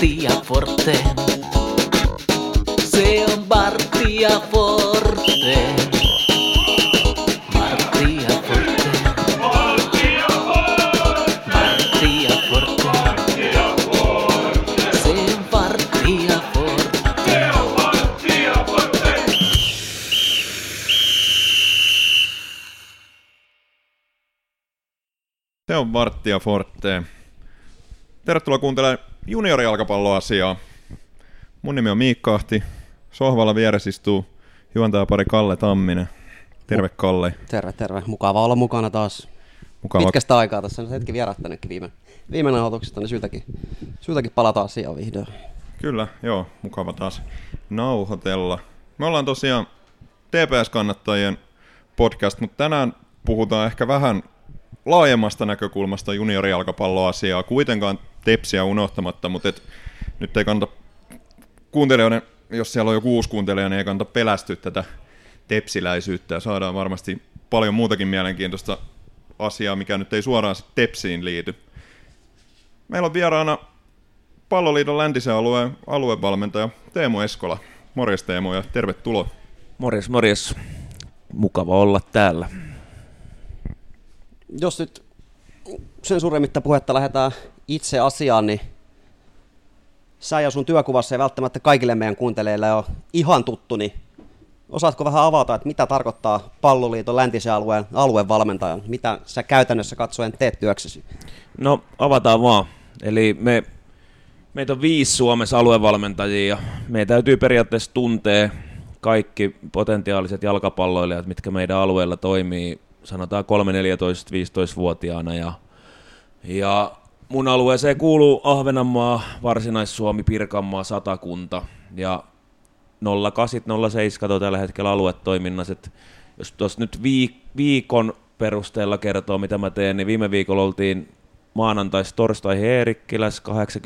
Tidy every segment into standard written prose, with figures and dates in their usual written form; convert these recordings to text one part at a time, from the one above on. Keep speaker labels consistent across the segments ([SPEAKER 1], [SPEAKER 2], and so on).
[SPEAKER 1] Martti ja Forte. Se on Martti ja Forte. Martti ja Forte. Martti ja Forte. Se on Martti ja Forte.
[SPEAKER 2] Se on Martti ja Forte. Tervetuloa kuuntelemaan juniorijalkapalloasiaa. Mun nimi on Miikka Ahti. Sohvalla vieressä istuu juontajapari Kalle Tamminen. Terve Kalle.
[SPEAKER 3] Terve. Mukava olla mukana taas. Pitkästä aikaa tässä on hetki vierähtänytkin viime nauhoituksesta, niin syytäkin palata asiaan vihdoin.
[SPEAKER 2] Kyllä, joo, mukava taas nauhoitella. Me ollaan tosiaan TPS-kannattajien podcast, mutta tänään puhutaan ehkä vähän laajemmasta näkökulmasta juniorijalkapalloasiaa, kuitenkaan Tepsiä unohtamatta, mutta nyt ei kannata kuuntelijoiden, jos siellä on joku uusi kuuntelija, niin ei kannata pelästyä tätä tepsiläisyyttä ja saadaan varmasti paljon muutakin mielenkiintoista asiaa, mikä nyt ei suoraan Tepsiin liity. Meillä on vieraana Palloliiton läntisen alueen aluevalmentaja Teemu Eskola. Morjes Teemu ja tervetuloa.
[SPEAKER 4] Morjes. Mukava olla täällä.
[SPEAKER 3] Jos nyt sen suuremmitta puhetta lähdetään itse asiaan, niin sä ja sun työkuvassa ei välttämättä kaikille meidän kuuntelijoille ole ihan tuttu, niin osaatko vähän avata, että mitä tarkoittaa Palloliiton läntisen alueen aluevalmentajan? Mitä sä käytännössä katsoen teet työksesi?
[SPEAKER 4] No, avataan vaan. Eli meitä on 5 Suomessa aluevalmentajia ja meidän täytyy periaatteessa tuntea kaikki potentiaaliset jalkapalloilijat, mitkä meidän alueella toimii, sanotaan 3, 14, 15-vuotiaana. Ja mun alueeseen kuuluu Ahvenanmaa, Varsinais-Suomi, Pirkanmaa, Satakunta ja 08-07 on tällä hetkellä aluetoiminnassa. Jos tuossa nyt viikon perusteella kertoo, mitä mä teen, niin viime viikolla oltiin maanantaisi torstaihin Eerikkiläs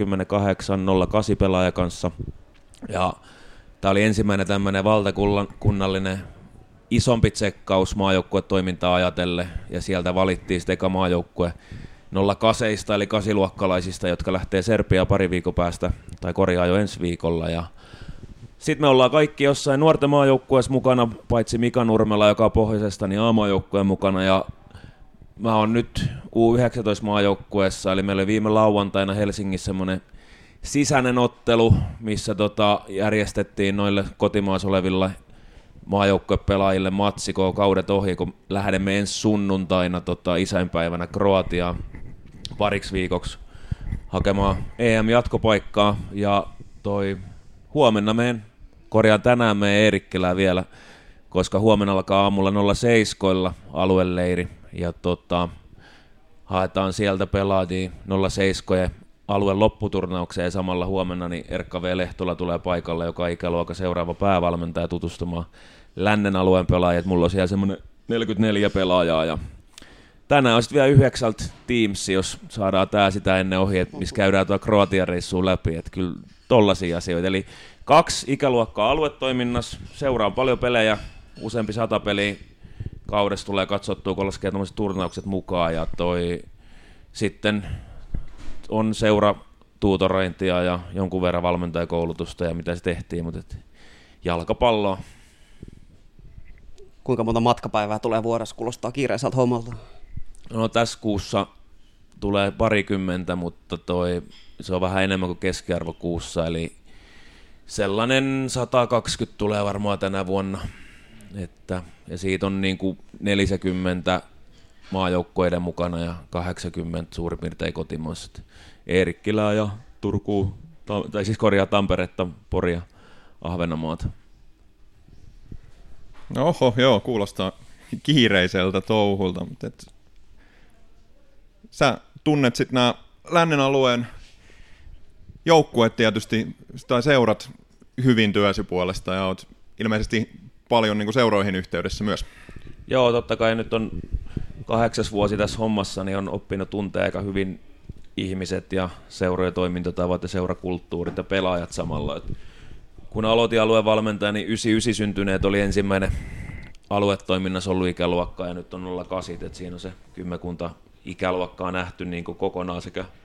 [SPEAKER 4] 88-08 pelaaja kanssa. Ja tää oli ensimmäinen tämmöinen valtakunnallinen isompi tsekkaus maajoukkuetoimintaa ajatellen, ja sieltä valittiin sitten eka maajoukkue 08 eli 8-luokkalaisista, jotka lähtee Serbiaan pari viikon päästä, tai korjaa jo ensi viikolla. Ja sitten me ollaan kaikki jossain nuorten maajoukkueessa mukana, paitsi Mika Nurmela, joka on pohjoisesta, niin A-maajoukkueen mukana, ja mä oon nyt U19-maajoukkueessa, eli meillä oli viime lauantaina Helsingissä semmoinen sisäinen ottelu, missä järjestettiin noille kotimaassa oleville maajoukkuepelaajille matsi, kun kaudet ohi, kun lähdemme ensi sunnuntaina isänpäivänä Kroatiaan pariksi viikoksi hakemaan EM-jatkopaikkaa, ja huomenna tänään menen Eerikkilään vielä, koska huomenna alkaa aamulla 07 alueleiri, ja haetaan sieltä pelaajia 07 alueen lopputurnaukseen, ja samalla huomenna niin Erkka V. Lehtola tulee paikalle, joka on ikäluokan seuraava päävalmentaja tutustumaan lännen alueen pelaajat. Mulla on siellä semmoinen 44 pelaajaa, ja tänään on sitten vielä 9 Teams, jos saadaan tää sitä ennen ohi, että missä käydään tuo Kroatian reissuun läpi, että kyllä tollaisia asioita. Eli 2 ikäluokkaa aluetoiminnassa, seuraan paljon pelejä, useampi 100 peliä kaudessa tulee katsottua, kun laskee tämmöiset turnaukset mukaan, ja sitten on seuratuutorointia ja jonkun verran valmentajakoulutusta ja mitä se tehtiin, mutta jalkapalloa.
[SPEAKER 3] Kuinka monta matkapäivää tulee vuodessa, kuulostaa kiireiseltä hommalta?
[SPEAKER 4] No tässä kuussa tulee 20, mutta se on vähän enemmän kuin keskiarvo kuussa, eli sellainen 120 tulee varmaan tänä vuonna. Ja siitä on niin kuin 40 maajoukkoiden mukana ja 80 suurin piirtein kotimaassa. Eerikkilää ja Turkuun, tai siis Tamperetta, Poria, Ahvenanmaata.
[SPEAKER 2] Oho, joo, kuulostaa kiireiseltä touhulta, mutta sä tunnet sitten nämä lännen alueen joukkueet tietysti, tai seurat hyvin työsi puolesta, ja oot ilmeisesti paljon niin kuin seuroihin yhteydessä myös.
[SPEAKER 4] Joo, totta kai nyt on 8. vuosi tässä hommassa, niin on oppinut tuntea aika hyvin ihmiset ja seurojen toimintatavat ja seurakulttuurit ja pelaajat samalla. Et kun aloitin aluevalmentaja, niin 99 syntyneet oli ensimmäinen aluetoiminnassa ollut ikäluokka, ja nyt on 08, että siinä on se 10 ikäluokkaa nähty niin kuin kokonaan sekä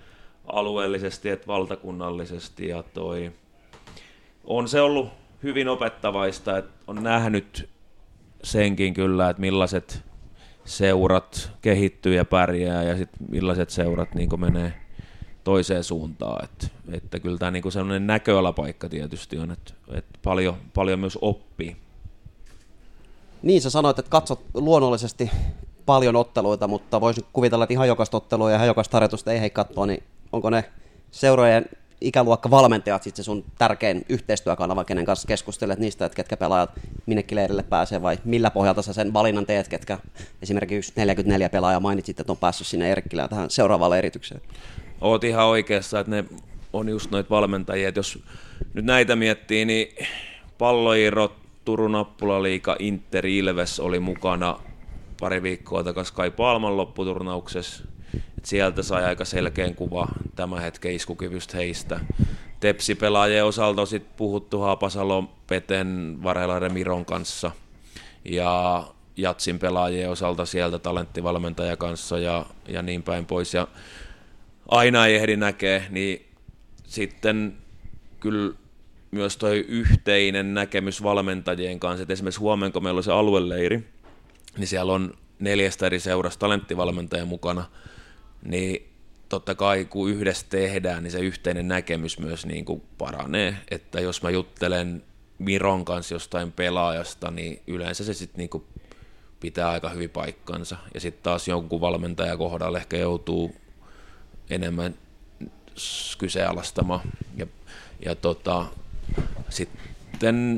[SPEAKER 4] alueellisesti että valtakunnallisesti. Ja on se ollut hyvin opettavaista, että on nähnyt senkin kyllä, että millaiset seurat kehittyy ja pärjää ja sitten millaiset seurat niin menee toiseen suuntaan. Että kyllä tämä niin sellainen näköalapaikka tietysti on, että paljon myös oppii.
[SPEAKER 3] Niin, sä sanoit, että katsot luonnollisesti paljon otteluita, mutta voisin kuvitella, että ihan jokaista ottelua ja ihan jokaista harjoitusta ei katsoa, niin onko ne seurojen ikäluokkavalmentajat sitten se sun tärkein yhteistyökanava, kenen kanssa keskustelet niistä, että ketkä pelaajat minnekin leirille pääsee, vai millä pohjalta sä sen valinnan teet, ketkä esimerkiksi 44 pelaajaa mainitsit, että on päässyt sinne Erkkilään tähän seuraavaan eritykseen?
[SPEAKER 4] Oot ihan oikeassa, että ne on just noita valmentajia, että jos nyt näitä miettii, niin Palloirot, Turun Nappulaliiga, Inter, Ilves oli mukana pari viikkoa takaisin Kai Palman lopputurnauksessa. Et sieltä sai aika selkeän kuva tämän hetken iskukyvystä heistä. Tepsi-pelaajien osalta on sit puhuttu Haapasalo, Peten, Varhelahden Miron kanssa. Ja Jatsin pelaajien osalta sieltä talenttivalmentaja kanssa ja niin päin pois. Ja aina ei ehdi näkee, niin sitten kyllä myös toi yhteinen näkemys valmentajien kanssa, että esimerkiksi huomenna, kun meillä on se alueleiri, niin siellä on 4 eri seurasta talenttivalmentaja mukana, niin totta kai kun yhdessä tehdään, niin se yhteinen näkemys myös niin kuin paranee, että jos mä juttelen Miron kanssa jostain pelaajasta, niin yleensä se sitten niin kuin pitää aika hyvin paikkansa, ja sitten taas jonkun valmentajan kohdalla ehkä joutuu enemmän kyseenalaistamaan, ja sitten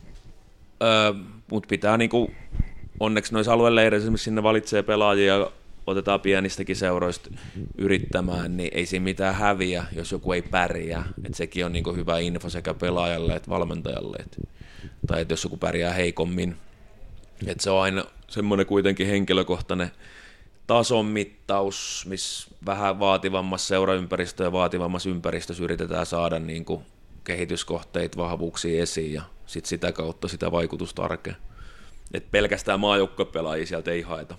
[SPEAKER 4] mut pitää niinku, onneksi noissa alueleireissä esimerkiksi sinne valitsee pelaajia ja otetaan pienistäkin seuroista yrittämään, niin ei siinä mitään häviä, jos joku ei pärjää. Et sekin on niinku hyvä info sekä pelaajalle että valmentajalle. Tai että jos joku pärjää heikommin. Et se on aina semmoinen kuitenkin henkilökohtainen tason mittaus, missä vähän vaativammassa seuraympäristössä ja vaativammassa ympäristössä yritetään saada niinku kehityskohteita, vahvuuksia esiin ja sit sitä kautta sitä vaikutusta arkeen. Et pelkästään maajoukkuepelaajia sieltä ei haeta.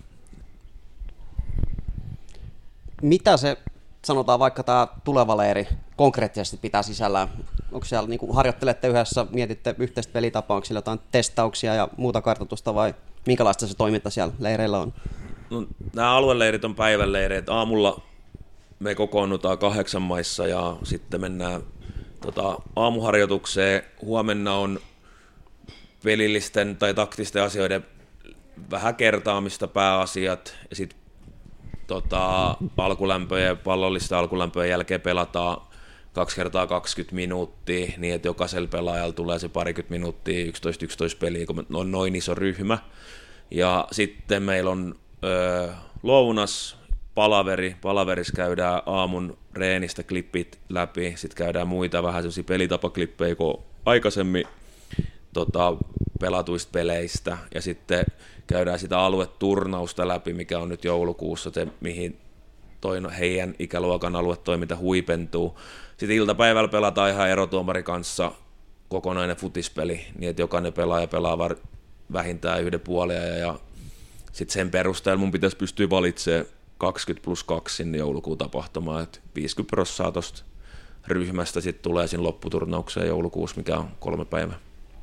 [SPEAKER 3] Mitä se, sanotaan vaikka tämä tuleva leiri konkreettisesti pitää sisällään? Onko siellä, niin kuin harjoittelette yhdessä, mietitte yhteistä pelitapaa, onko siellä jotain testauksia ja muuta kartoitusta vai minkälaista se toiminta siellä leireillä on?
[SPEAKER 4] No, nämä alueleirit on päivänleireitä. Aamulla me kokoonnutaan 8 maissa ja sitten mennään aamuharjoitukseen. Huomenna on pelillisten tai taktisten asioiden vähän kertaamista pääasiat ja sitten alkulämpöjen ja pallollisten alkulämpöjen jälkeen pelataan 2 kertaa 20 minuuttia niin, että jokaisella pelaajalla tulee se 20 minuuttia, 11 peliä, kun on noin iso ryhmä. Ja sitten meillä on lounas, palaverissa käydään aamun reenistä klippit läpi, sitten käydään muita vähän sellaisia pelitapaklippejä kuin aikaisemmin pelatuista peleistä, ja sitten käydään sitä alueturnausta läpi, mikä on nyt joulukuussa se, mihin heidän ikäluokan aluetoiminta huipentuu. Sitten iltapäivällä pelataan ihan erotuomari kanssa kokonainen futispeli, niin että jokainen pelaaja pelaa vähintään 1 puolia, ja sitten sen perusteella mun pitäisi pystyä valitsemaan 20+2 sinne joulukuun tapahtumaan, että 50% tuosta ryhmästä sitten tulee sinne lopputurnaukseen joulukuussa, mikä on 3 päivää.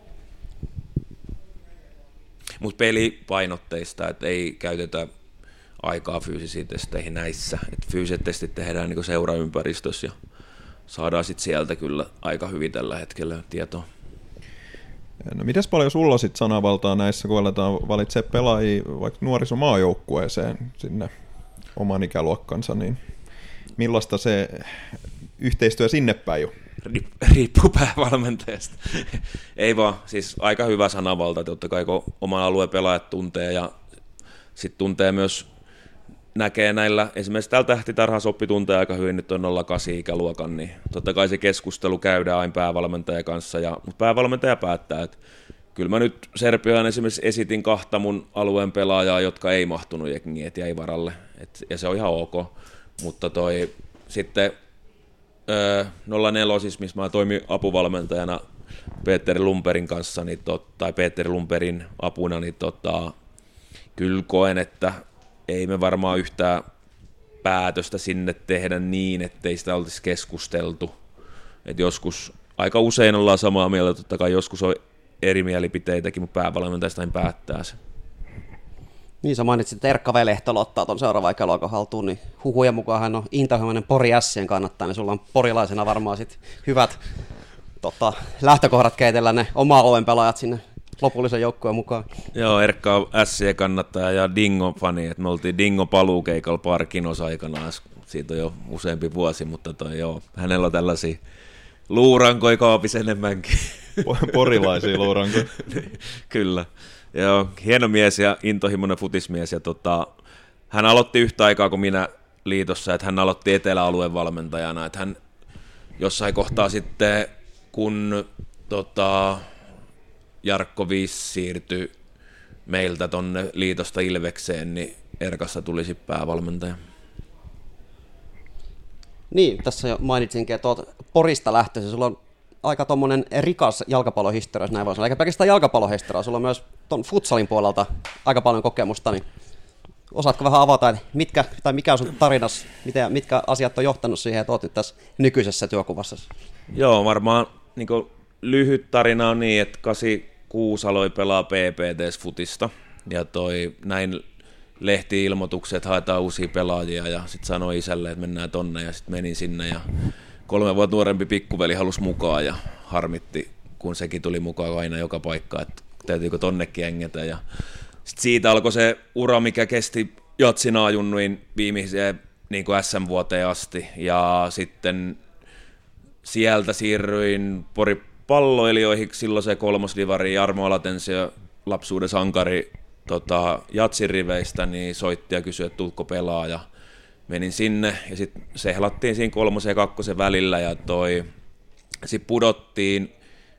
[SPEAKER 4] Mutta pelipainotteista, että ei käytetä aikaa fyysisiin testeihin näissä. Et fyysiset testit tehdään niin seuraympäristössä ja saadaan sitten sieltä kyllä aika hyvin tällä hetkellä tietoa.
[SPEAKER 2] No mites paljon sulla sitten sanavaltaa näissä, kun aletaan valitse pelaajia vaikka nuorisomaajoukkueeseen sinne oman ikäluokkansa, niin millaista se yhteistyö sinne päin on?
[SPEAKER 4] Riippuu päävalmentajasta. Ei vaan, siis aika hyvä sanavalta, totta kai kun oman alueen pelaajat tuntee ja sitten tuntee myös, näkee näillä, esimerkiksi täällä Tähtitarhassa oppi tuntee aika hyvin, nyt on 08 ikäluokan, niin totta kai se keskustelu käydään aina päävalmentajan kanssa, mutta päävalmentaja päättää, että kyllä mä nyt Serbiaan esimerkiksi esitin 2 mun alueen pelaajaa, jotka ei mahtunut jengiin, et jäi varalle, ja se on ihan ok, mutta sitten 04, siis missä mä toimin apuvalmentajana Peter Lumperin kanssa, niin tai Peter Lumperin apuna, niin kyllä koen, että ei me varmaan yhtään päätöstä sinne tehdä niin, ettei sitä olisi keskusteltu. Et joskus, aika usein ollaan samaa mieltä, totta kai joskus on eri mielipiteitäkin, mutta päävalmentaja päättää se.
[SPEAKER 3] Niin sä mainitsit, että Erkka V. Lehtolo ottaa tuon seuraavan ikäluokan haltuun, niin huhujen mukaan hän on intohimoinen Pori Ässien kannattaja, niin sulla on porilaisena varmaan sit hyvät lähtökohdat keitellä ne oma alueen pelaajat sinne lopullisen joukkueen mukaan.
[SPEAKER 4] Joo, Erkka on Ässien kannattaja ja Dingo-fani, että me oltiin Dingo paluukeikalla Parkinos aikanaan, siitä on jo useampi vuosi, mutta joo, hänellä on tällaisia luurankoja kaapissa enemmänkin.
[SPEAKER 2] Porilaisia luurankoja.
[SPEAKER 4] Kyllä. Joo, hieno mies ja intohimoinen futismies. Ja hän aloitti yhtä aikaa kuin minä liitossa, että hän aloitti eteläalueen valmentajana. Että hän jossain kohtaa sitten, kun Jarkko Viis siirtyi meiltä tonne liitosta Ilvekseen, niin Erkassa tulisi päävalmentaja.
[SPEAKER 3] Niin, tässä jo mainitsinkin, että olet Porista lähtöisin. Sulla on aika tommonen rikas jalkapallohistoria, jos näin voi sanoa. Eikä pelkästään jalkapallohistoriaa, sulla on myös ton futsalin puolelta aika paljon kokemusta, niin osaatko vähän avata, että mikä on sun tarinas, mitkä asiat on johtanut siihen, että olet nyt tässä nykyisessä työkuvassa?
[SPEAKER 4] Joo, varmaan niin lyhyt tarina on niin, että 86 aloin pelaa PPTS-futista, ja näin lehti-ilmoitukset, että haetaan uusia pelaajia, ja sitten sanoi isälle, että mennään tonne, ja sitten menin sinne, ja 3 vuotta nuorempi pikkuveli halusi mukaan, ja harmitti, kun sekin tuli mukaan aina joka paikka, että täytyykö tonnekin engetä, ja sitten siitä alkoi se ura, mikä kesti Jatsin A-junnuin viimeiseen niin kuin SM-vuoteen asti, ja sitten sieltä siirryin Pori-palloilijoihin, silloin se kolmosdivari Jarmo Alatensio, lapsuuden sankari Jatsin riveistä, niin soitti ja kysyi, että tuutko pelaa, ja menin sinne, ja sitten sehlattiin siinä 3. ja 2. välillä, ja sitten pudottiin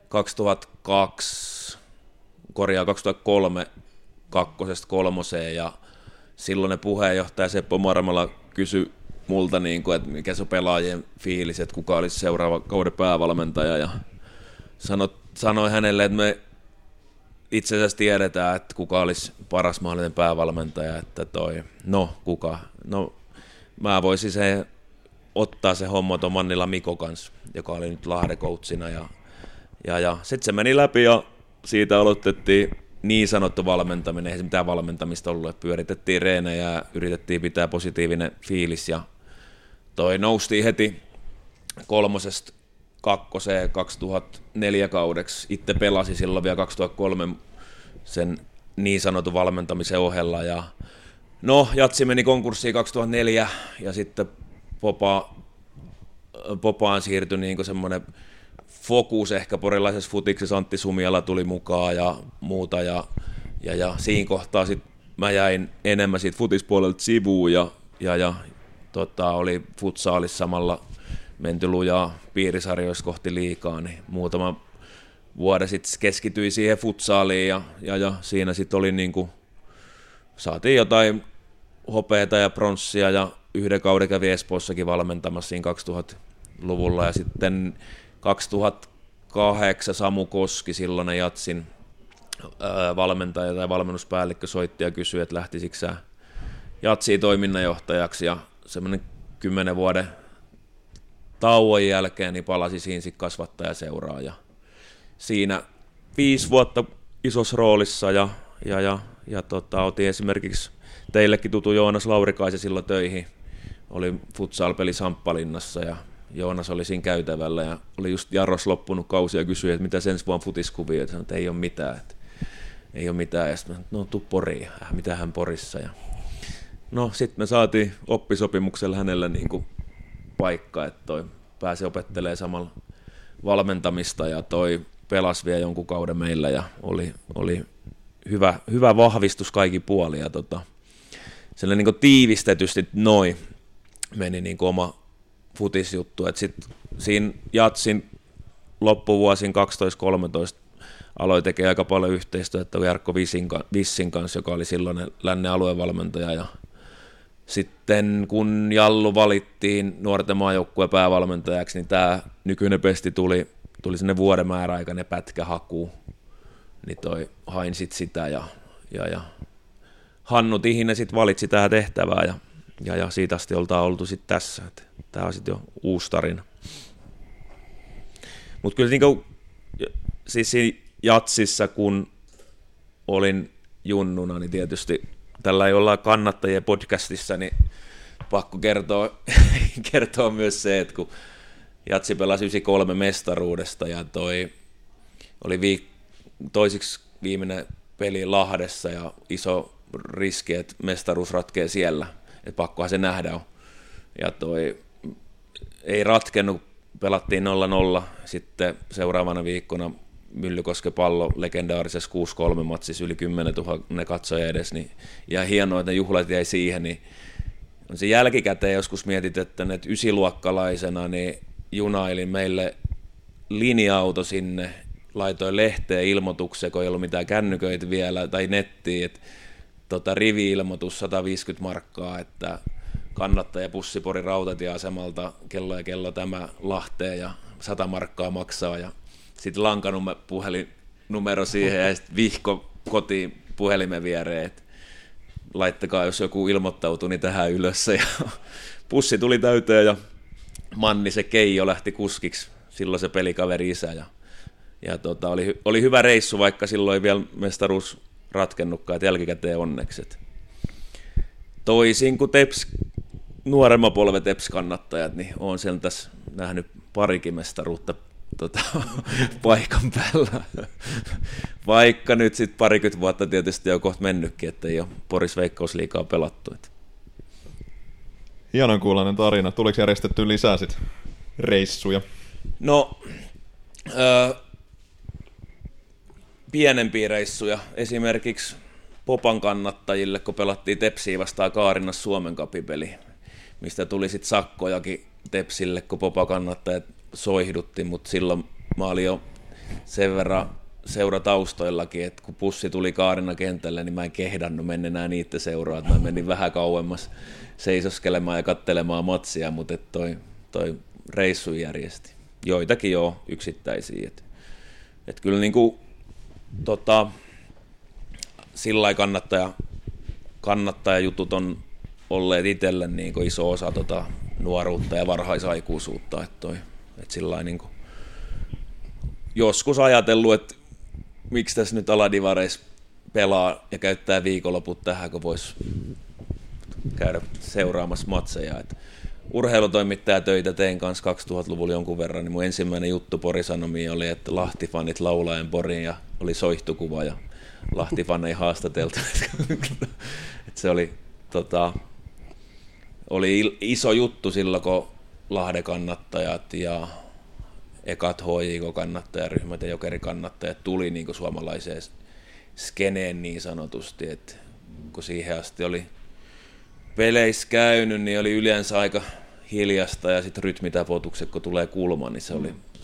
[SPEAKER 4] 2003 2. 3. ja silloin puheenjohtaja Seppo Marmala kysyi multa, niin kuin, että mikä se on pelaajien fiilis, että kuka olisi seuraava kauden päävalmentaja, ja sanoi hänelle, että me itse asiassa tiedetään, että kuka olisi paras mahdollinen päävalmentaja, että kuka? No, mä voisin ottaa se homma tuon Mannila Mikko kanssa, joka oli nyt Lahden coachina, ja sitten se meni läpi, ja siitä aloitettiin niin sanottu valmentaminen, ei se mitään valmentamista ollut, että pyöritettiin reenejä ja yritettiin pitää positiivinen fiilis, ja noustiin heti 3. 2. 2004 kaudeksi. Itse pelasi silloin vielä 2003 sen niin sanotun valmentamisen ohella, ja Jatsi meni konkurssiin 2004, ja sitten Popaan siirtyi niin semmoinen fokus ehkä porilaisessa futiksessa, Antti Sumiala tuli mukaan ja muuta, ja siinä kohtaa sit mä jäin enemmän siitä futispuolelta sivuun, ja oli futsaalissa samalla menty lujaa piirisarjoissa kohti liigaa, niin muutama vuoden sitten keskityin siihen futsaaliin, ja siinä sitten oli niinku, saatiin jotain hopeata ja pronssia, ja yhden kauden kävi Espoossakin valmentamassa siinä 2000-luvulla, ja sitten 2008 Samu Koski, silloinen Jatsin valmentaja tai valmennuspäällikkö, soitti ja kysyi, että lähtisikö sä Jatsiin toiminnanjohtajaksi, ja semmoinen 10 vuoden tauon jälkeen niin palasi siinä sitten kasvattajaseuraa, ja siinä 5 vuotta isossa roolissa, ja otin esimerkiksi teillekin tutu Joonas Laurikaisen silloin töihin, oli futsal-peli Samppalinnassa, ja Joonas oli siinä käytävällä, ja oli just Jarros loppunut kausi ja kysyi, että mitä sen vuonna futiskuvia, että sanoi, että ei ole mitään, ja sitten tuu Poriin, mitähän Porissa, ja sitten me saatiin oppisopimuksella hänellä niin kuin paikka, että pääsi opettelemaan samalla valmentamista, ja pelasi vielä jonkun kauden meillä, ja oli hyvä vahvistus kaikin puolin, ja sellainen niin tiivistetysti meni niin oma futisjuttu, että sitten siinä Jatsin loppuvuosin 12-13 aloin tekemään aika paljon yhteistyötä Jarkko Vissin kanssa, joka oli silloin lännen aluevalmentaja, ja sitten kun Jallu valittiin nuorten maajoukkueen päävalmentajaksi, niin tämä nykyinen pesti tuli sinne vuoden määräaikainen pätkähaku, niin hain sitten sitä, ja Hannu Tihinen sitten valitsi tähän tehtävään, ja Ja siitä asti oltaan oltu sitten tässä. Tämä on sitten jo uusi tarina. Mutta kyllä niinku, siis siinä jatsissa, kun olin junnuna, niin tietysti tällä ei olla kannattajien podcastissa, niin pakko kertoa myös se, että kun jatsi pelasi 93 mestaruudesta ja oli toisiksi viimeinen peli Lahdessa ja iso riski, että mestaruus ratkee siellä, että pakkohan se nähdä on. Ja ei ratkennut, pelattiin 0-0, sitten seuraavana viikkona Myllykosken Pallo legendaarisessa 6-3 matsissa yli 10 000 katsoja edes, niin ja hienoa, että ne juhlat jäi siihen, niin on se jälkikäteen joskus mietit, että ne 9-luokkalaisena niin junailin meille linja-auto sinne, laitoin lehteen ilmoituksen, kun ei ollut mitään kännyköitä vielä, tai nettiin, että rivi-ilmoitus 150 markkaa, että kannattaja Pussipori rautatieasemalta kello tämä Lahteen ja 100 markkaa maksaa, ja sitten puhelinnumero siihen ja sitten vihko kotiin puhelimen viereen, että laittakaa, jos joku ilmoittautui, niin tähän ylös. Ja pussi tuli täyteen ja Manni, se Keijo, lähti kuskiksi, silloin se pelikaveri isä. Ja oli hyvä reissu, vaikka silloin ei vielä mestaruus ratkennutkaan, että jälkikäteen onneksi. Toisin kuin nuoremman polven Teps-kannattajat, niin olen siellä tässä nähnyt parikin mestaruutta paikan päällä. Vaikka nyt sitten 20 vuotta tietysti on kohta mennytkin, että ei ole Poris Veikkausliigaa pelattu.
[SPEAKER 2] Hienon kuuloinen tarina. Tuliko järjestetty lisää sit reissuja?
[SPEAKER 4] No, pienempiä reissuja. Esimerkiksi Popan kannattajille, kun pelattiin Tepsiä vastaan Kaarinas Suomen Cup-peli, mistä tuli sitten sakkojakin Tepsille, kun Popa kannattajat soihdutti, mutta silloin mä olin jo sen verran seurataustoillakin, että kun pussi tuli Kaarina kentälle, niin mä en kehdannut mennä enää niitä seuraa, että mä menin vähän kauemmas seisoskelemaan ja katselemaan matsia, mutta toi reissu järjesti. Joitakin jo yksittäisiä. Et kyllä niinku, sillai kannattajajutut on olleet itselle niinku iso osa nuoruutta ja varhaisaikuisuutta. Et sillai niinku joskus ajatellut, että miksi tässä nyt aladivareissa pelaa ja käyttää viikonloput tähän, kun voisi käydä seuraamassa matseja. Et urheilutoimittajatöitä tein kanssa 2000-luvulla jonkun verran, niin mun ensimmäinen juttu Pori-Sanomiin oli, että Lahti-fanit laulaen Poriin ja oli soihtukuva ja Lahti-faneja haastateltu. Et se oli iso juttu silloin, kun Lahden kannattajat ja ekat HJK-kannattajaryhmät ja Jokeri-kannattajat tuli niin kuin suomalaiseen skeneen niin sanotusti, että kun siihen asti oli peleissä käynyt, niin oli yleensä aika hiljasta ja sitten rytmitapotukset, kun tulee kulmaan, niin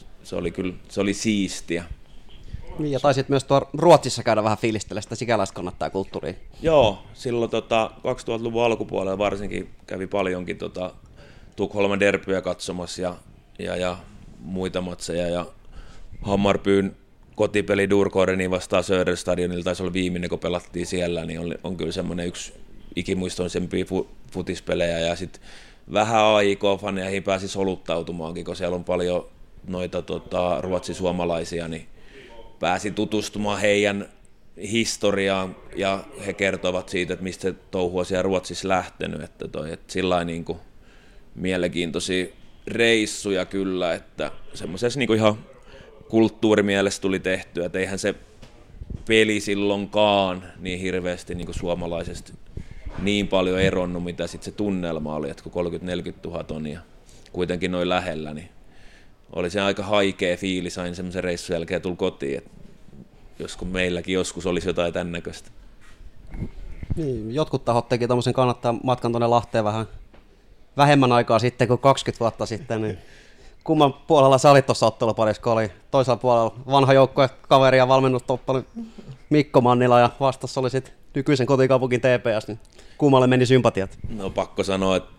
[SPEAKER 4] se oli siistiä.
[SPEAKER 3] Niin, ja taisit myös Ruotsissa käydä vähän fiilistellä sitä sikäläistä kannattajakulttuuria.
[SPEAKER 4] Joo, silloin 2000-luvun alkupuolella varsinkin kävi paljonkin Tukholman derbyä katsomassa ja muita matseja, ja Hammarbyyn kotipeli Djurgårdenin vastaan Söderstadionilla taisi olla viimeinen, kun pelattiin siellä, niin on kyllä semmoinen yksi ikimuistoisempia futispelejä, ja sitten vähän aikaa faneihin pääsi soluttautumaankin, kun siellä on paljon noita ruotsisuomalaisia, niin pääsi tutustumaan heidän historiaan, ja he kertovat siitä, että mistä touhua siellä Ruotsissa lähtenyt, että sillä niin kuin mielenkiintoisia reissuja kyllä, että semmoisessa niin kuin ihan kulttuurimielessä tuli tehtyä, että eihän se peli silloinkaan niin hirveästi niin kuin suomalaisesta niin paljon eronnut, mitä sitten se tunnelma oli, että kun 30-40 000 on ja kuitenkin noin lähellä, niin oli se aika haikea fiili, sain semmoisen reissun jälkeen tuli kotiin, että kun meilläkin joskus olisi jotain tämän näköistä.
[SPEAKER 3] Niin, jotkut tahot teki tuommoisen kannattaa matkan tuonne Lahteen vähän vähemmän aikaa sitten kuin 20 vuotta sitten, niin kumman puolella sä olit tuossa otteluparissa, kun oli toisella puolella vanha joukkue, kaveri ja valmennustoppari Mikko Mannila ja vastassa oli sitten nykyisen kotikaupunkin TPS, niin kummalle meni sympatiat?
[SPEAKER 4] No pakko sanoa, että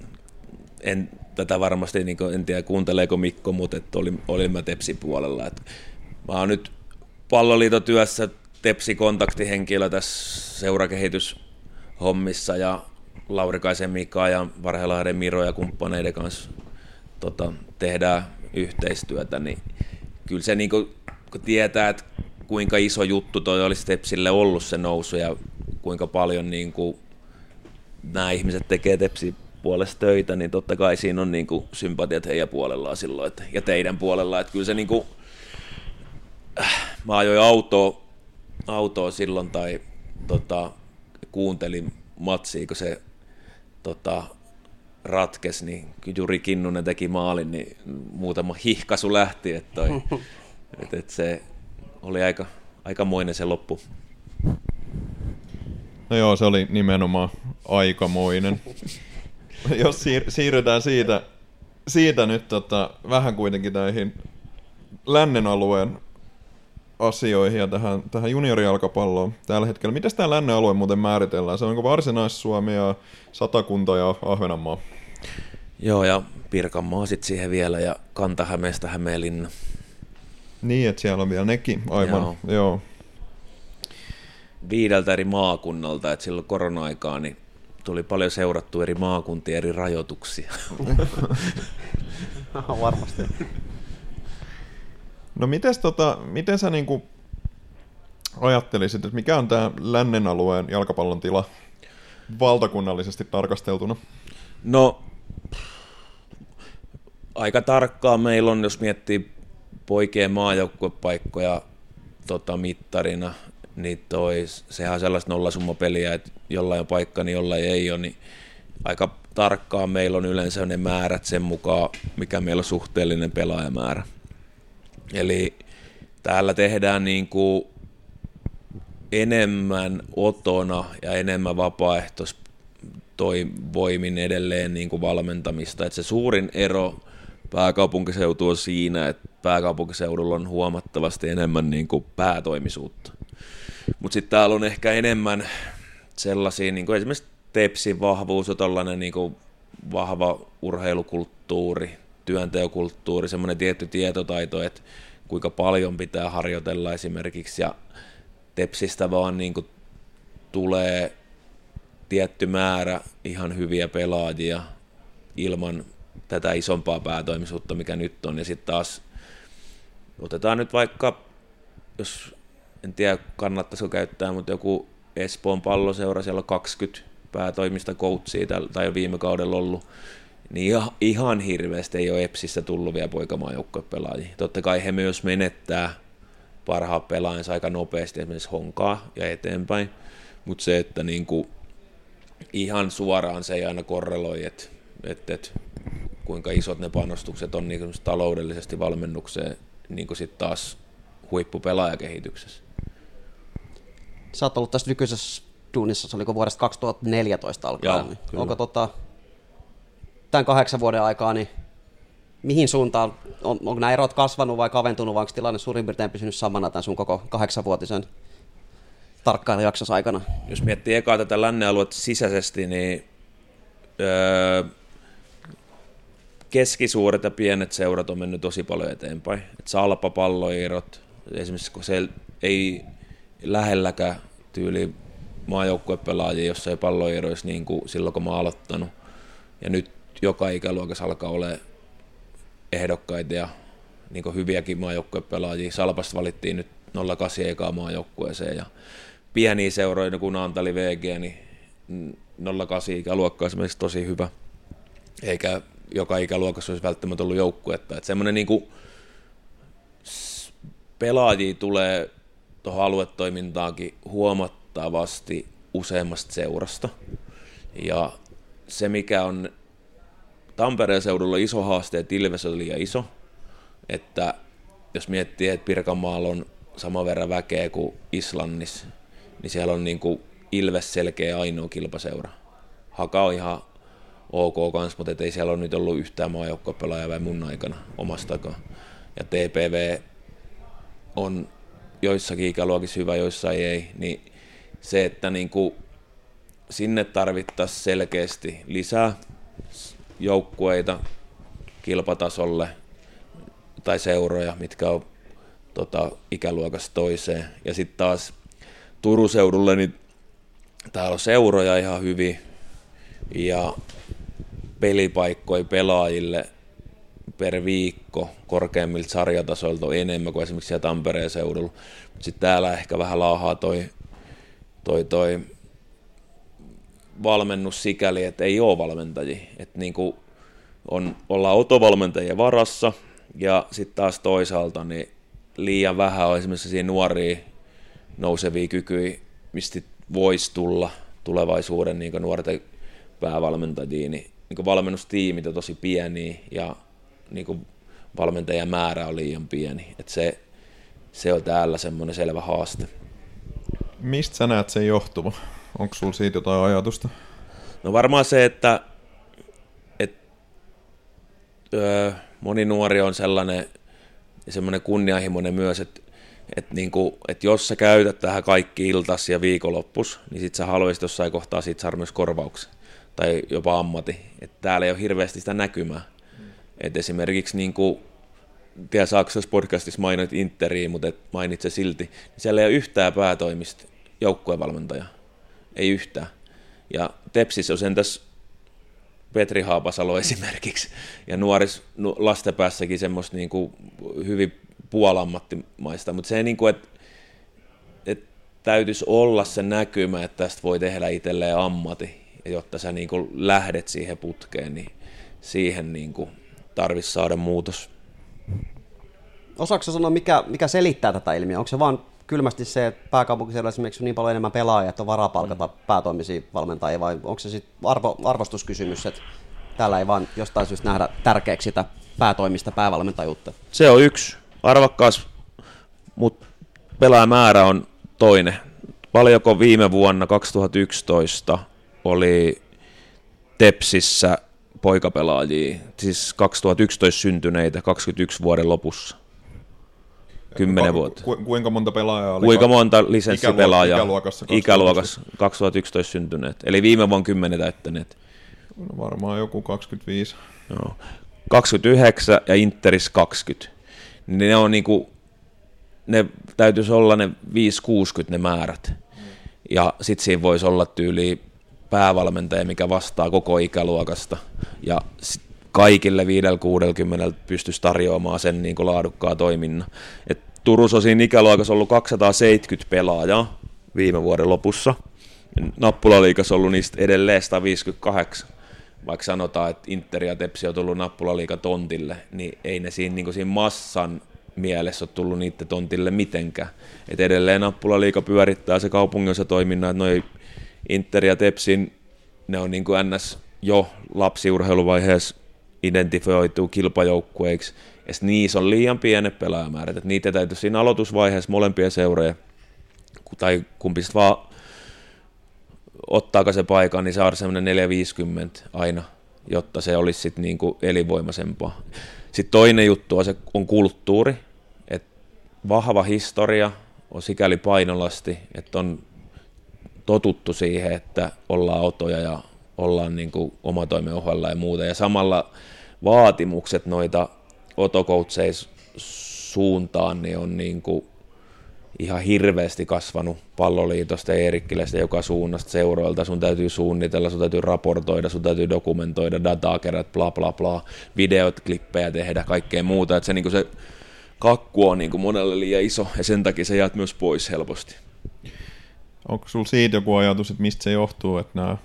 [SPEAKER 4] en tätä varmasti, niin en tiedä kuunteleeko Mikko, mutta olin mä Tepsin puolella. Mä oon nyt Palloliiton työssä Tepsi-kontaktihenkilö tässä seurakehityshommissa ja Laurikaisen Mika ja Varhelahden Miro ja kumppaneiden kanssa tehdään yhteistyötä, niin kyllä se niin kun tietää, että kuinka iso juttu toi olisi Tepsille ollut se nousu ja kuinka paljon niin kuin nämä ihmiset tekee Tepsin puolesta töitä, niin totta kai siinä on niin kuin sympatiat heidän puolellaan silloin ja teidän puolella. Että kyllä se niin kuin, mä ajoin autoa silloin tai kuuntelin matsia, kun se ratkesi, niin Juri Kinnunen teki maalin, niin muutama hihkaisu lähti, että se oli aikamoinen se loppu.
[SPEAKER 2] No joo, se oli nimenomaan aikamoinen. Jos siirrytään siitä nyt vähän kuitenkin näihin lännen alueen asioihin ja tähän juniorijalkapalloon tällä hetkellä. Miten tämä lännen alue muuten määritellään? Se on Varsinais-Suomi ja Satakunta ja Ahvenanmaa.
[SPEAKER 4] Joo, ja Pirkanmaa sitten siihen vielä ja Kanta-Hämeestä Hämeenlinna.
[SPEAKER 2] Niin, että siellä on vielä nekin aivan. Joo.
[SPEAKER 4] 5 eri maakunnalta, että silloin korona-aikaa niin tuli paljon seurattua eri maakuntien eri rajoituksia.
[SPEAKER 3] Varmasti.
[SPEAKER 2] No miten sä niinku ajattelisit, että mikä on tämä lännen alueen jalkapallon tila valtakunnallisesti tarkasteltuna?
[SPEAKER 4] No, aika tarkkaan meillä on, jos miettii poikien maajoukkuepaikkoja mittarina, niin sehän on sellaista nollasummapeliä, että jollain on paikka, niin jollain ei ole, niin aika tarkkaan meillä on yleensä ne määrät sen mukaan, mikä meillä on suhteellinen pelaajamäärä. Eli täällä tehdään niin kuin enemmän otona ja enemmän vapaaehtoisvoimin edelleen niin kuin valmentamista. Että se suurin ero pääkaupunkiseutu on siinä, että pääkaupunkiseudulla on huomattavasti enemmän niin kuin päätoimisuutta. Mutta sitten täällä on ehkä enemmän sellaisia, niin kuin esimerkiksi Tepsin vahvuus on tollainen niin kuin vahva urheilukulttuuri, työnteokulttuuri, semmoinen tietty tietotaito, että kuinka paljon pitää harjoitella esimerkiksi, ja Tepsistä vaan niin kuin tulee tietty määrä ihan hyviä pelaajia ilman tätä isompaa päätoimisuutta, mikä nyt on, ja sitten taas otetaan nyt vaikka, jos en tiedä kannattaisiko käyttää, mutta joku Espoon Palloseura, siellä on 20 päätoimista coachia tai viime kaudella ollut, niin ihan hirveästi ei ole Epsissä tullut vielä poikamaajoukkuepelaajia. Totta kai he myös menettää parhaat pelaajansa aika nopeasti, esimerkiksi Honkaa ja eteenpäin, mutta se, että niinku ihan suoraan se ei aina korreloi, että kuinka isot ne panostukset on niin taloudellisesti valmennukseen, niin kuin sitten taas huippupelaajakehityksessä.
[SPEAKER 3] Sä oot ollut tässä nykyisessä duunissa, se oliko vuodesta 2014 alkaen.
[SPEAKER 4] Joo,
[SPEAKER 3] niin onko tämän 8 vuoden aikaa, niin mihin suuntaan, onko nämä erot kasvanut vai kaventunut, vai onko tilanne suurin piirtein pysynyt samana tämän sun koko 8-vuotisen tarkkailujaksossa aikana?
[SPEAKER 4] Jos miettii ekaa tätä lännen aluetta sisäisesti, niin keskisuuret ja pienet seurat on mennyt tosi paljon eteenpäin. Et Salpa, Palloirot, esimerkiksi kun se ei lähelläkään tyyli maajoukkuepelaajia, jossa ei Palloiroissa niin kuin silloin, kun mä oon aloittanut. Ja nyt joka ikäluokassa alkaa olemaan ehdokkaita ja niin kuin hyviäkin maajoukkuepelaajia. Salpasta valittiin nyt 08 ekaa maajoukkueeseen ja pieniä seuroja, kun Naantali VG, niin 08 ikäluokka on esimerkiksi tosi hyvä. Eikä joka ikäluokassa olisi välttämättä ollut joukkuetta. Että semmoinen niin kuin pelaajia tulee tuohon aluetoimintaankin huomattavasti useammasta seurasta. Ja se, mikä on Tampereen seudulla iso haaste, että Ilves on liian iso. Että jos miettii, että Pirkanmaalla on sama verran väkeä kuin Islannissa, niin siellä on niin kuin Ilves selkeä ainoa kilpaseura. Haka on ihan ok kans, mutta ei siellä ole nyt ollut yhtään maajoukkuepelaajaa vai mun aikana omastakaan. Ja TPV on joissakin ikäluokissa hyvä, joissain ei, niin se, että niinku sinne tarvittaisiin selkeästi lisää joukkueita kilpatasolle tai seuroja, mitkä on ikäluokasta toiseen. Ja sitten taas Turun seudulle, niin täällä on seuroja ihan hyvin, ja pelipaikkoja pelaajille per viikko korkeimmilta sarjatasoilta on enemmän kuin esimerkiksi siellä Tampereen seudulla. Sitten täällä ehkä vähän laahaa toi valmennus sikäli, että ei ole valmentajia. Että niinku ollaan otovalmentajien varassa ja sitten taas toisaalta niin liian vähän on esimerkiksi siinä nuoria nousevia kykyjä, mistä voisi tulla tulevaisuuden niin nuorten päävalmentajia. Niin valmennustiimit on tosi pieniä ja niin valmentajien määrä on liian pieni. Et se on täällä semmoinen selvä haaste.
[SPEAKER 2] Mistä sä näet sen johtuva? Onko sulla siitä jotain ajatusta?
[SPEAKER 4] No varmaan se, että moni nuori on semmoinen kunnianhimoinen myös, että jos sä käytät tähän kaikki iltas ja viikonloppus, niin sit sä haluaisit jossain kohtaa siitä saada myös korvauksen tai jopa ammatti. Että täällä ei ole hirveästi sitä näkymää. Et esimerkiksi Saksassa podcastissa mainit Interia, mutta et mainitse silti, niin siellä ei ole yhtään päätoimista joukkuevalmentajaa. Ei yhtään. Ja Tepsissä on sentäs Petri Haapasalo esimerkiksi, ja lastenpäässäkin semmoista hyvin puolammattimaista, mutta se että täytyisi olla se näkymä, että tästä voi tehdä itselleen ammatti, ja jotta sä lähdet siihen putkeen, niin siihen tarvitsisi saada muutos.
[SPEAKER 3] Osaatko sanoa, mikä selittää tätä ilmiöä? Onko se vaan kylmästi se, että pääkaupunkiseudulla esimerkiksi on niin paljon enemmän pelaajia, että on varaa palkata päätoimisia valmentajia, vai onko se sitten arvostuskysymys, että täällä ei vaan jostain syystä nähdä tärkeäksi sitä päätoimista päävalmentajuutta?
[SPEAKER 4] Se on yksi arvokkaas, mutta pelaajamäärä on toinen. Paljonko viime vuonna 2011 oli Tepsissä poikapelaajia, siis 2011 syntyneitä 21 vuoden lopussa? 10 vuotta.
[SPEAKER 2] Kuinka monta pelaajaa oli?
[SPEAKER 4] Kuinka monta lisenssipelaajaa
[SPEAKER 2] ikäluokassa
[SPEAKER 4] 2011 syntyneet? Eli viime vuonna 10 täyttäneet.
[SPEAKER 2] No varmaan joku 25.
[SPEAKER 4] No. 29 ja Interis 20. Ne on ne täytyisi olla ne 5-60 ne määrät. Ja sitten siinä voisi olla tyyli päävalmentaja, mikä vastaa koko ikäluokasta. Ja kaikille 5-60 pystyisi tarjoamaan sen laadukkaan toiminnan. Et Turussa on siinä ikäluokassa ollut 270 pelaajaa viime vuoden lopussa. Nappulaliigassa on ollut niistä edelleen 158. Vaikka sanotaan, että Inter ja Tepsi on tullut Nappulaliigan tontille, niin ei ne siinä massan mielessä ole tullut niiden tontille mitenkään. Et edelleen Nappulaliiga pyörittää se kaupunginosa toiminnan, että noi Inter ja Tepsin, ne on NS jo lapsiurheiluvaiheessa identifioituu kilpajoukkueiksi, ja niissä on liian pienet pelaajamäärät, että niitä täytyy siinä aloitusvaiheessa molempia seuroja, tai kumpi sitten vaan ottaako se paikan, niin se on semmoinen 4-50 aina, jotta se olisi sitten elinvoimaisempaa. Sitten toinen juttu on kulttuuri, että vahva historia on sikäli painolasti, että on totuttu siihen, että ollaan otoja ja ollaan omatoimen ohella ja muuta, ja samalla vaatimukset noita otokoutseja suuntaan niin on ihan hirveästi kasvanut Palloliitosta ja Eerikkilästä joka suunnasta seuroilta. Sun täytyy suunnitella, sun täytyy raportoida, sun täytyy dokumentoida, dataa kerätä, bla bla bla, videot, klippejä tehdä, kaikkea muuta. Että se kakku on monelle liian iso ja sen takia se jäät myös pois helposti.
[SPEAKER 2] Onko sulla siitä joku ajatus, että mistä se johtuu, että nämä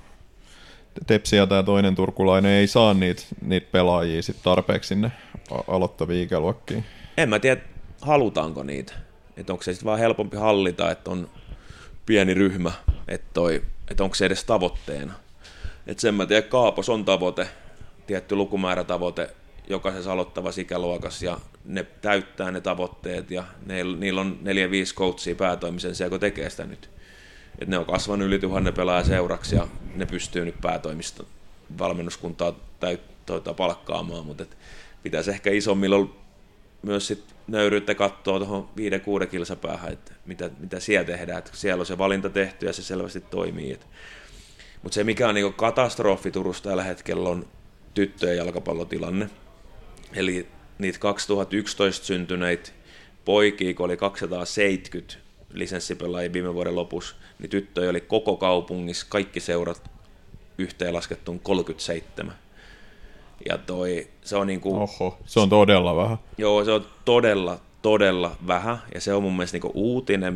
[SPEAKER 2] Tepsi ja tämä toinen turkulainen ei saa niitä pelaajia sit tarpeeksi sinne aloittaviin ikäluokkiin?
[SPEAKER 4] En mä tiedä, halutaanko niitä. Että onko se sitten vaan helpompi hallita, että on pieni ryhmä, että onko se edes tavoitteena. Että sen mä tiedän, Kaapos on tavoite, tietty lukumäärätavoite jokaisessa aloittavassa ikäluokassa, ja ne täyttää ne tavoitteet, ja niillä on 4-5 coachia päätoimisen siellä, kun tekee sitä nyt. Että ne on kasvanut yli 1000 pelaajan seuraksi, ja ne pystyy nyt päätoimista valmennuskuntaa palkkaamaan, mutta pitäisi ehkä isommilla myös sit nöyryyttä katsoa tuohon 5-6 kilsapäähän, että mitä siellä tehdään, että siellä on se valinta tehty ja se selvästi toimii. Mutta se mikä on katastrofi Turussa tällä hetkellä on tyttöjen jalkapallotilanne. Eli niitä 2011 syntyneitä poikia, kun oli 270 lisenssipelaajia viime vuoden lopussa, niin tyttöjä oli koko kaupungissa, kaikki seurat yhteenlaskettuun 37. Ja se on niinku...
[SPEAKER 2] Oho, se on todella vähän.
[SPEAKER 4] Joo, se on todella vähän, ja se on mun mielestä niinku uutinen,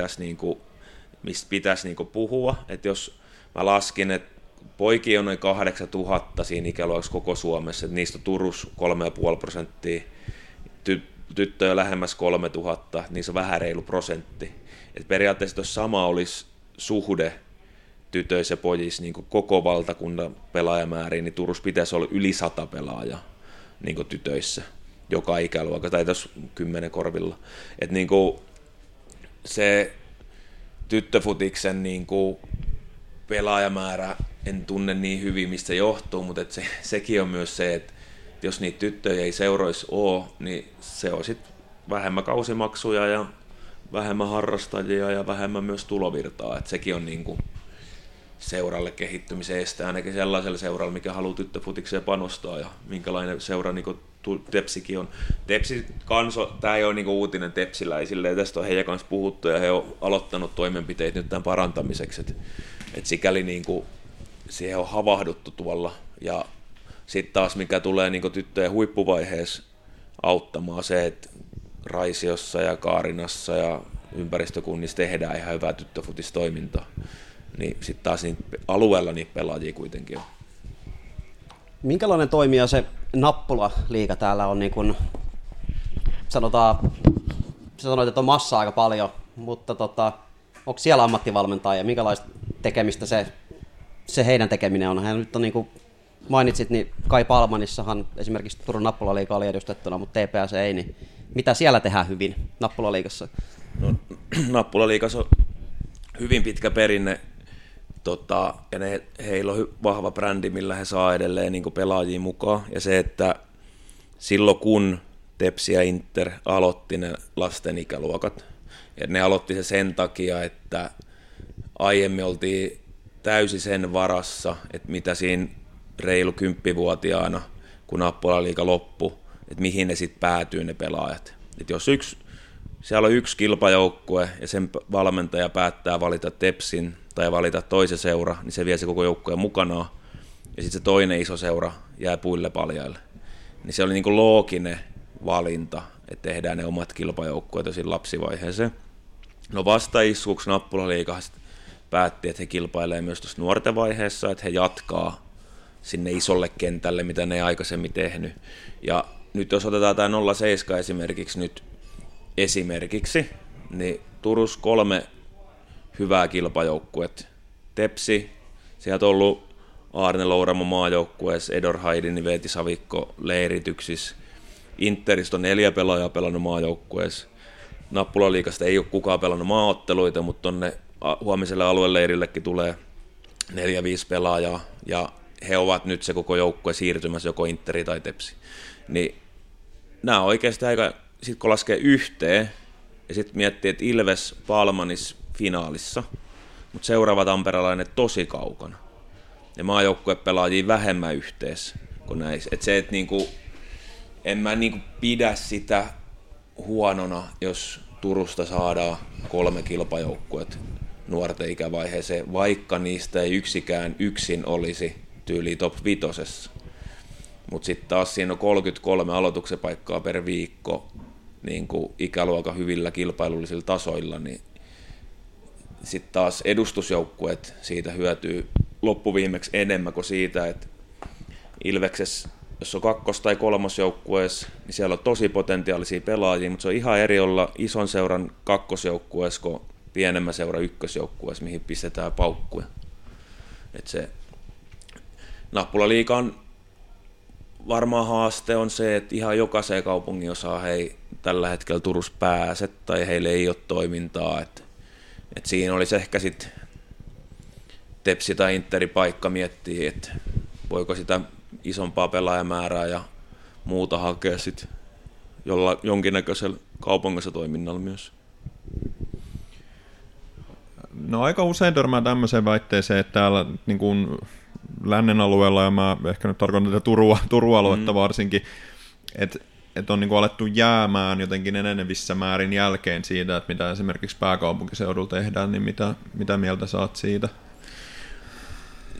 [SPEAKER 4] mistä pitäisi niinku puhua, että jos mä laskin, että poikia on noin 8000 siinä ikäluokassa koko Suomessa, että niistä on Turussa 3,5%, tyttöjä lähemmäs 3000, niissä on vähän reilu prosentti. Et periaatteessa jos sama olisi suhde tytöissä ja pojissa niin koko valtakunnan pelaajamääriin, niin Turussa pitäisi olla yli 100 pelaajaa niin tytöissä joka ikäluokka, tai tuossa 10 korvilla. Et niin se tyttöfutiksen niin pelaajamäärä en tunne niin hyvin, mistä se johtuu, mutta sekin on myös se, että jos niitä tyttöjä ei seuroissa ole, niin se on sitten vähemmän kausimaksuja ja vähemmän harrastajia ja vähemmän myös tulovirtaa. Et sekin on niinku seuralle kehittymisen este, ainakin sellaiselle seuralle, mikä haluaa tyttöfutikseen panostaa ja minkälainen seura niinku Tepsikin on. Tepsi kanso, tämä ei ole niinku uutinen tepsiläisille, ja tästä on heidän kanssa puhuttu ja he on aloittanut toimenpiteitä nyt tämän parantamiseksi, et sikäli niinku siihen on havahduttu tuolla. Ja sitten taas mikä tulee niinku tyttöjen huippuvaiheessa auttamaan se, että Raisiossa ja Kaarinassa ja ympäristökunnissa tehdään ihan hyvää tyttöfutistoimintaa. Niin sitten taas alueella niitä pelaajia kuitenkin on.
[SPEAKER 3] Minkälainen toimija se Nappula-liiga täällä on, niin kun sanotaan, sä sanoit, että on massaa aika paljon, mutta onko siellä ammattivalmentaja ja minkälaista tekemistä se heidän tekeminen on? Hän nyt on niin kuin mainitsit, niin Kai Palmanissahan esimerkiksi Turun Nappula-liiga oli edustettuna, mutta TPS ei, niin mitä siellä tehdään hyvin Nappula-liigassa?
[SPEAKER 4] No, Nappula-liigassa on hyvin pitkä perinne, ja heillä on vahva brändi, millä he saa edelleen niin kuin pelaajia mukaan, ja se, että silloin kun Tepsi ja Inter aloitti ne lasten ikäluokat, ja ne aloitti se sen takia, että aiemmin oltiin täysin sen varassa, että mitä siinä reilu 10-vuotiaana, kun Nappula-liiga loppui, että mihin ne sitten päätyy ne pelaajat. Että jos siellä on yksi kilpajoukkue ja sen valmentaja päättää valita Tepsin tai valita toisen seura, niin se vie se koko joukkueen mukanaan, ja sitten se toinen iso seura jää puille paljaille. Niin se oli niinku looginen valinta, että tehdään ne omat kilpajoukkueet jo siinä lapsivaiheeseen. No vastaiskuksi Nappula-liiga päätti, että he kilpailee myös tuossa nuorten vaiheessa, että he jatkaa sinne isolle kentälle, mitä ne ei aikaisemmin tehnyt. Ja nyt jos otetaan tämä 07 esimerkiksi, niin Turus 3 hyvää kilpajoukkuet. Tepsi, sieltä on ollut Aarne Louramo maajoukkueessa, Edor Haidini, Veeti Savikko leirityksissä. Interistä on 4 pelaajaa pelannut maajoukkueessa. Nappula-liigasta ei ole kukaan pelannut maaotteluita, mutta tonne huomiselle alueleirillekin tulee 4-5 pelaajaa, ja he ovat nyt se koko joukkue siirtymässä joko Interi tai Tepsi. Niin nämä on oikeasti aika, sit kun laskee yhteen, ja sitten miettii, että Ilves Palmanis finaalissa, mutta seuraava tamperelainen tosi kaukana. Ja maajoukkue pelaajia vähemmän yhteensä kuin näissä. Et se, että niinku, en mä niinku pidä sitä huonona, jos Turusta saadaan 3 kilpajoukkuet nuorten ikävaiheeseen, vaikka niistä ei yksikään yksin olisi tyyli top 5. Mutta sitten taas siinä on 33 aloituksen paikkaa per viikko niin kuin ikäluokan hyvillä kilpailullisilla tasoilla, niin sitten taas edustusjoukkueet siitä hyötyy loppuviimeksi enemmän kuin siitä, että Ilveksessä, jos on 2. tai 3. joukkueessa, niin siellä on tosi potentiaalisia pelaajia, mutta se on ihan eri olla ison seuran 2. joukkueessa kuin pienemmän seuran 1. joukkueessa, mihin pistetään paukkuja. Et se Nappula-liigan varmaan haaste on se, että ihan jokaiseen kaupungin osaan he ei tällä hetkellä Turussa pääse tai heille ei ole toimintaa. Et siinä olisi ehkä sitten Tepsi tai Interi paikka miettiä, että voiko sitä isompaa pelaajamäärää ja muuta hakea sitten jonkinnäköisellä kaupungissa toiminnalla myös.
[SPEAKER 2] No aika usein törmää tämmöiseen väitteeseen, että täällä niin kuin lännen alueella, ja mä ehkä nyt tarkoitan tätä Turun-aluetta varsinkin, että on niin kuin alettu jäämään jotenkin enenevissä määrin jälkeen siitä, että mitä esimerkiksi pääkaupunkiseudulla tehdään, niin mitä mieltä saat siitä?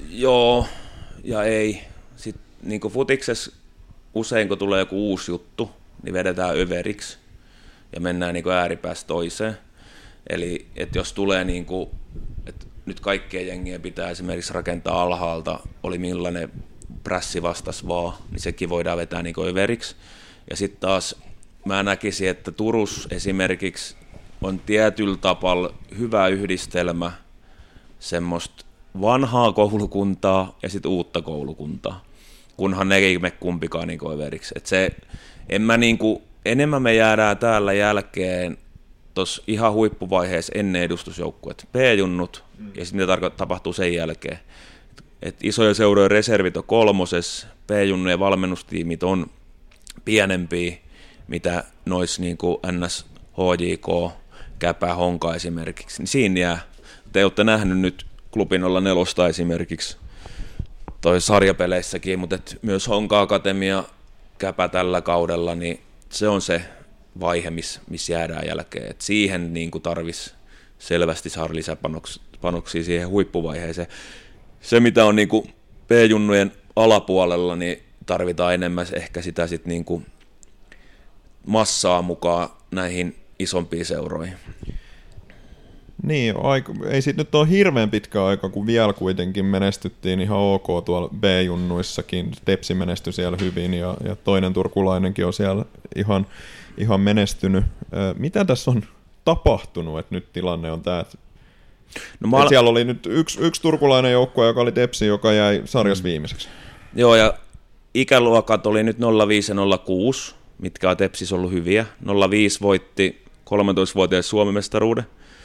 [SPEAKER 4] Joo ja ei. Sitten niin futiksessa usein kun tulee joku uusi juttu, niin vedetään överiksi ja mennään niin ääripäästä toiseen. Eli että jos tulee, niin kuin, että nyt kaikkien jengien pitää esimerkiksi rakentaa alhaalta, oli millainen prässi vastas vaan, niin sekin voidaan vetää niin överiksi. Ja sitten taas mä näkisin, että Turus esimerkiksi on tietyllä tapalla hyvä yhdistelmä semmoista vanhaa koulukuntaa ja sitten uutta koulukuntaa, kunhan ne ei mene kumpikaan niin överiksi. Et se, enemmän me jäädään täällä jälkeen tuossa ihan huippuvaiheessa ennen edustusjoukkuet, B-junnut, ja sitten mitä tapahtuu sen jälkeen. Et isoja seurojen reservit on 3, B-junnujen valmennustiimit on pienempiä, mitä noissa niin kuin NS, HJK, Käpä, Honka esimerkiksi, niin siinä jää. Te olette nähnyt nyt klubin 04 esimerkiksi toi sarjapeleissäkin, mutta myös Honka Akatemia, Käpä tällä kaudella, niin se on se vaihe, missä jäädään jälkeen. Et siihen niin tarvitsisi selvästi saada lisäpanoksia siihen huippuvaiheeseen. Se, mitä on niin kuin P-junnujen alapuolella, niin tarvitaan enemmän ehkä sitä sit niin kuin massaa mukaan näihin isompiin seuroihin.
[SPEAKER 2] Niin, ei siitä nyt ole hirveän pitkä aika, kun vielä kuitenkin menestyttiin ihan ok tuolla B-junnuissakin. Tepsi menestyi siellä hyvin ja toinen turkulainenkin on siellä ihan menestynyt. Mitä tässä on tapahtunut, että nyt tilanne on tämä? Siellä oli nyt yksi turkulainen joukkue, joka oli Tepsi, joka jäi sarjassa viimeiseksi.
[SPEAKER 4] Joo, ja ikäluokat oli nyt 05 ja 06, mitkä on Tepsissä ollut hyviä. 05 voitti 13-vuotias Suomi-mestaruuden.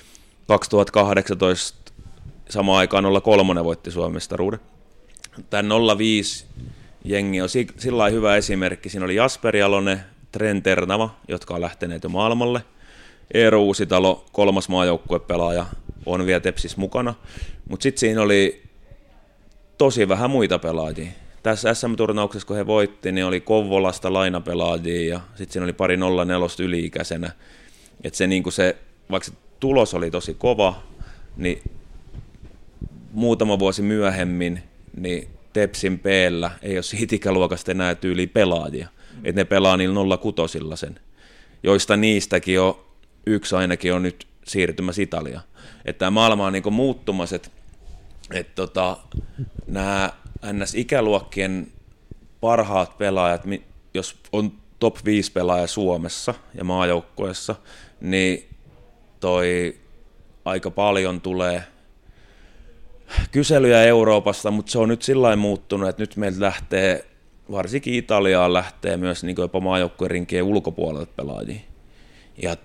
[SPEAKER 4] 2018 samaan aikaan 03 voitti Suomi-mestaruuden. Tämä 05 jengi on sillä hyvä esimerkki. Siinä oli Jasper Jalonen, Trent Ternava, jotka on lähteneet jo maailmalle. Eero Uusitalo, 3. maajoukkuepelaaja, on vielä Tepsissä mukana. Mutta sitten siinä oli tosi vähän muita pelaajia. Tässä SM-turnauksessa, kun he voitti, niin oli Kouvolasta lainapelaajia ja sitten siinä oli pari 04 yli-ikäisenä. Että se, niinku se, vaikka se tulos oli tosi kova, niin muutama vuosi myöhemmin niin Tepsin P:llä ei ole siitä ikäluokasta enää tyyliä pelaajia. Että ne pelaa niillä 06 sen, joista niistäkin on yksi ainakin on nyt siirtymässä Italiaan. Että tämä maailma on niinku muuttumassa, että nämä NS-ikäluokkien parhaat pelaajat, jos on top 5 pelaaja Suomessa ja maajoukkueessa, niin toi aika paljon tulee kyselyjä Euroopasta, mutta se on nyt sillain muuttunut, että nyt meiltä lähtee, varsinkin Italiaan lähtee myös niin jopa maajoukkueen rinkien ulkopuolelta pelaajia. Ja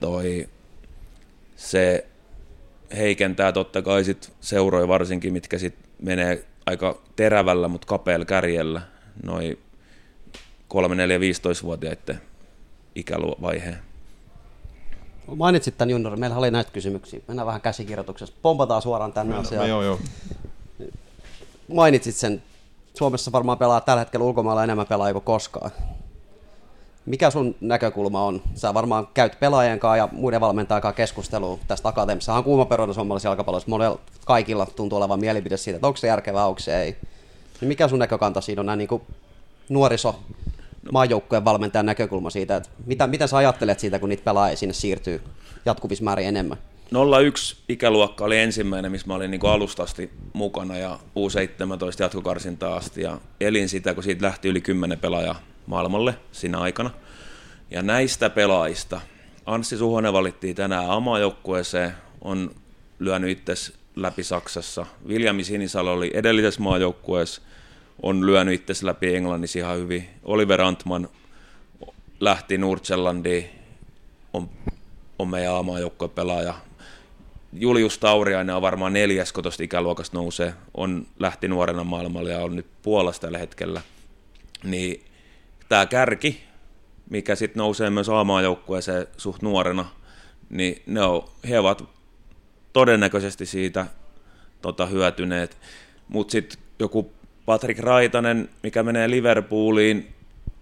[SPEAKER 4] se heikentää totta kai sit seuroja varsinkin, mitkä sit menee aika terävällä, mutta kapealla kärjellä, noin 3-4-15-vuotiaiden ikävaiheen.
[SPEAKER 3] Mainitsit tämän juniorin, meillä oli näitä kysymyksiä. Mennään vähän käsikirjoituksessa. Pompataan suoraan tänne asiaan.
[SPEAKER 2] Joo.
[SPEAKER 3] Mainitsit sen. Suomessa varmaan pelaa tällä hetkellä ulkomailla enemmän pelaajia kuin koskaan. Mikä sun näkökulma on? Sä varmaan käyt pelaajien kanssa ja muiden valmentajien kanssa keskustelua tästä akateemisesta. On kuuma perioodi suomalaisessa jalkapallossa. Monella kaikilla tuntuu olevan mielipide siitä, että onko se järkevää, onko se ei. Mikä sun näkökanta siinä on näin niin kuin maajoukkueen valmentajan näkökulma siitä, että mitä sä ajattelet siitä, kun niitä pelaajia sinne siirtyy jatkuvissa määrin enemmän?
[SPEAKER 4] 01 ikäluokka oli ensimmäinen, missä mä olin niin alusta asti mukana ja U17 jatkokarsintaa asti ja elin sitä, kun siitä lähti yli 10 pelaajaa maailmalle siinä aikana. Ja näistä pelaajista Anssi Suhonen valittiin tänään maajoukkueeseen, on lyönyt itse läpi Saksassa. Viljami Sinisalo oli edellisessä maajoukkueessa, on lyönyt itse läpi Englannissa ihan hyvin. Oliver Antman lähti Nordjyllandiin, on meidän A-maajoukkueen pelaaja. Julius Tauriainen on varmaan 4, kun tuosta ikäluokasta nousee. Lähti nuorena maailmalle ja on nyt Puolassa tällä hetkellä. Niin tämä kärki, mikä sitten nousee myös A-maajoukkueeseen suht nuorena, niin he ovat todennäköisesti siitä hyötyneet. Mutta sitten joku Patrik Raitanen, mikä menee Liverpooliin,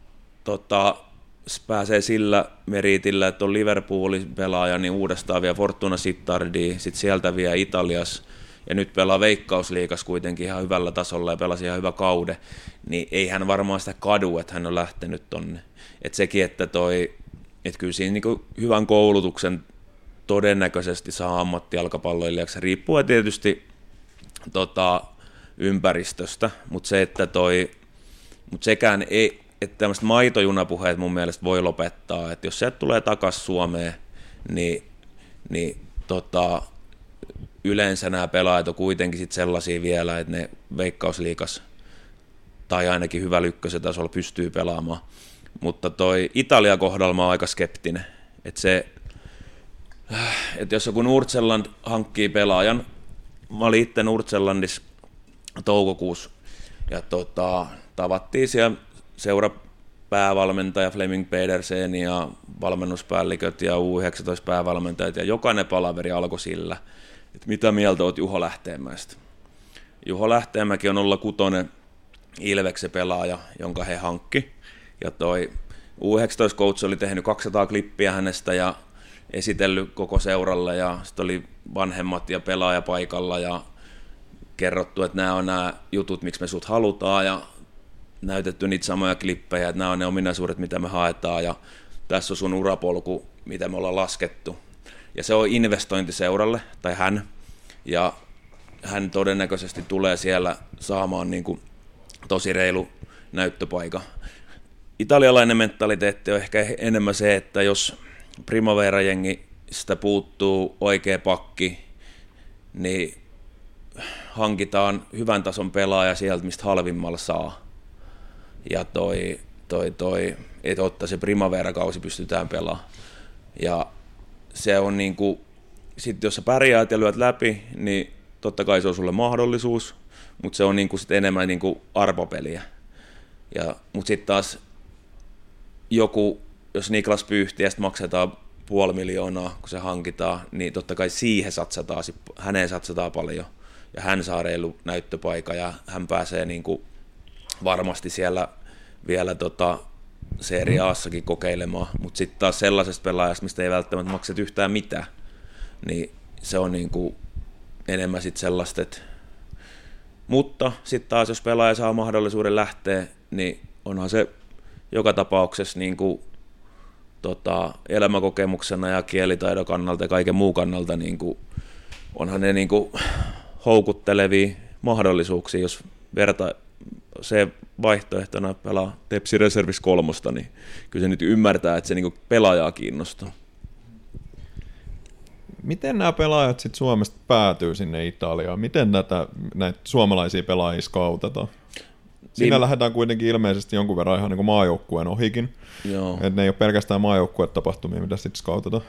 [SPEAKER 4] pääsee sillä meritillä, että on Liverpoolin pelaaja, niin uudestaan vielä Fortuna Sittardiin, sitten sieltä vielä Italias ja nyt pelaa Veikkausliigas kuitenkin ihan hyvällä tasolla ja pelasi ihan hyvä kaude, niin ei hän varmaan sitä kadu, että hän on lähtenyt tonne. Että sekin, että kyllä siinä niinku hyvän koulutuksen todennäköisesti saa ammattijalkapalloilijaksi, riippuu tietysti ympäristöstä, mutta se, että mutta sekään ei, että tämmöiset maitojunapuheet mun mielestä voi lopettaa, että jos sieltä tulee takaisin Suomeen, niin yleensä nämä pelaajat on kuitenkin sit sellaisia vielä, että ne Veikkausliigas tai ainakin hyvällä ykkösetasolla pystyy pelaamaan. Mutta Italia kohdalla mä oon aika skeptinen, että jos joku Nordselland hankkii pelaajan, mä olin itse Nordsellandissa toukokuussa ja tavattiin siellä seurapäävalmentaja Flemming Pedersen ja valmennuspäälliköt ja U19-päävalmentajat ja jokainen palaveri alkoi sillä, että mitä mieltä oot Juho Lähteenmäestä. Juho Lähteenmäki on 06 Ilveksen pelaaja, jonka he hankki ja U19-coach oli tehnyt 200 klippiä hänestä ja esitellyt koko seuralle ja sitten oli vanhemmat ja pelaaja paikalla ja kerrottu, että nämä on nämä jutut, miksi me sut halutaan ja näytetty niitä samoja klippejä, että nämä on ne ominaisuudet, mitä me haetaan ja tässä on sun urapolku, mitä me ollaan laskettu. Ja se on investointi seuralle, tai ja hän todennäköisesti tulee siellä saamaan niin kuin tosi reilu näyttöpaikka. Italialainen mentaliteetti on ehkä enemmän se, että jos Primavera-jengistä puuttuu oikea pakki, niin hankitaan hyvän tason pelaaja sieltä, mistä halvimmalla saa. Ja että se Primavera-kausi pystytään pelaamaan. Ja se on niinku, sit jos sä pärjäät ja lyöt läpi, niin totta kai se on sulle mahdollisuus, mutta se on niinku sit enemmän niinku arpapeliä. Mutta sitten taas joku, jos Niklas Pyyhtiästä maksetaan 500 000, kun se hankitaan, niin totta kai häneen satsataan paljon. Ja hän saa reilu näyttöpaikan ja hän pääsee niinku varmasti siellä vielä Serie A:ssakin kokeilemaan, mutta sitten taas sellaisesta pelaajasta, mistä ei välttämättä makseta yhtään mitään, niin se on niinku enemmän sitten sellaista, mutta sitten taas jos pelaaja saa mahdollisuuden lähteä, niin onhan se joka tapauksessa niinku elämäkokemuksena ja kielitaidon kannalta ja kaiken muun kannalta niinku, onhan ne niinku houkuttelevia mahdollisuuksia, jos se vaihtoehtona pelaa Tepsi Reservis 3, niin kyllä se nyt ymmärtää, että se niinku pelaajaa kiinnostaa.
[SPEAKER 2] Miten nämä pelaajat sitten Suomesta päätyy sinne Italiaan? Miten näitä suomalaisia pelaajia skautetaan? Siinä lähdetään kuitenkin ilmeisesti jonkun verran ihan niin maajoukkueen ohikin. Että ne ei ole pelkästään maajoukkuetapahtumia, mitä sitten skautetaan.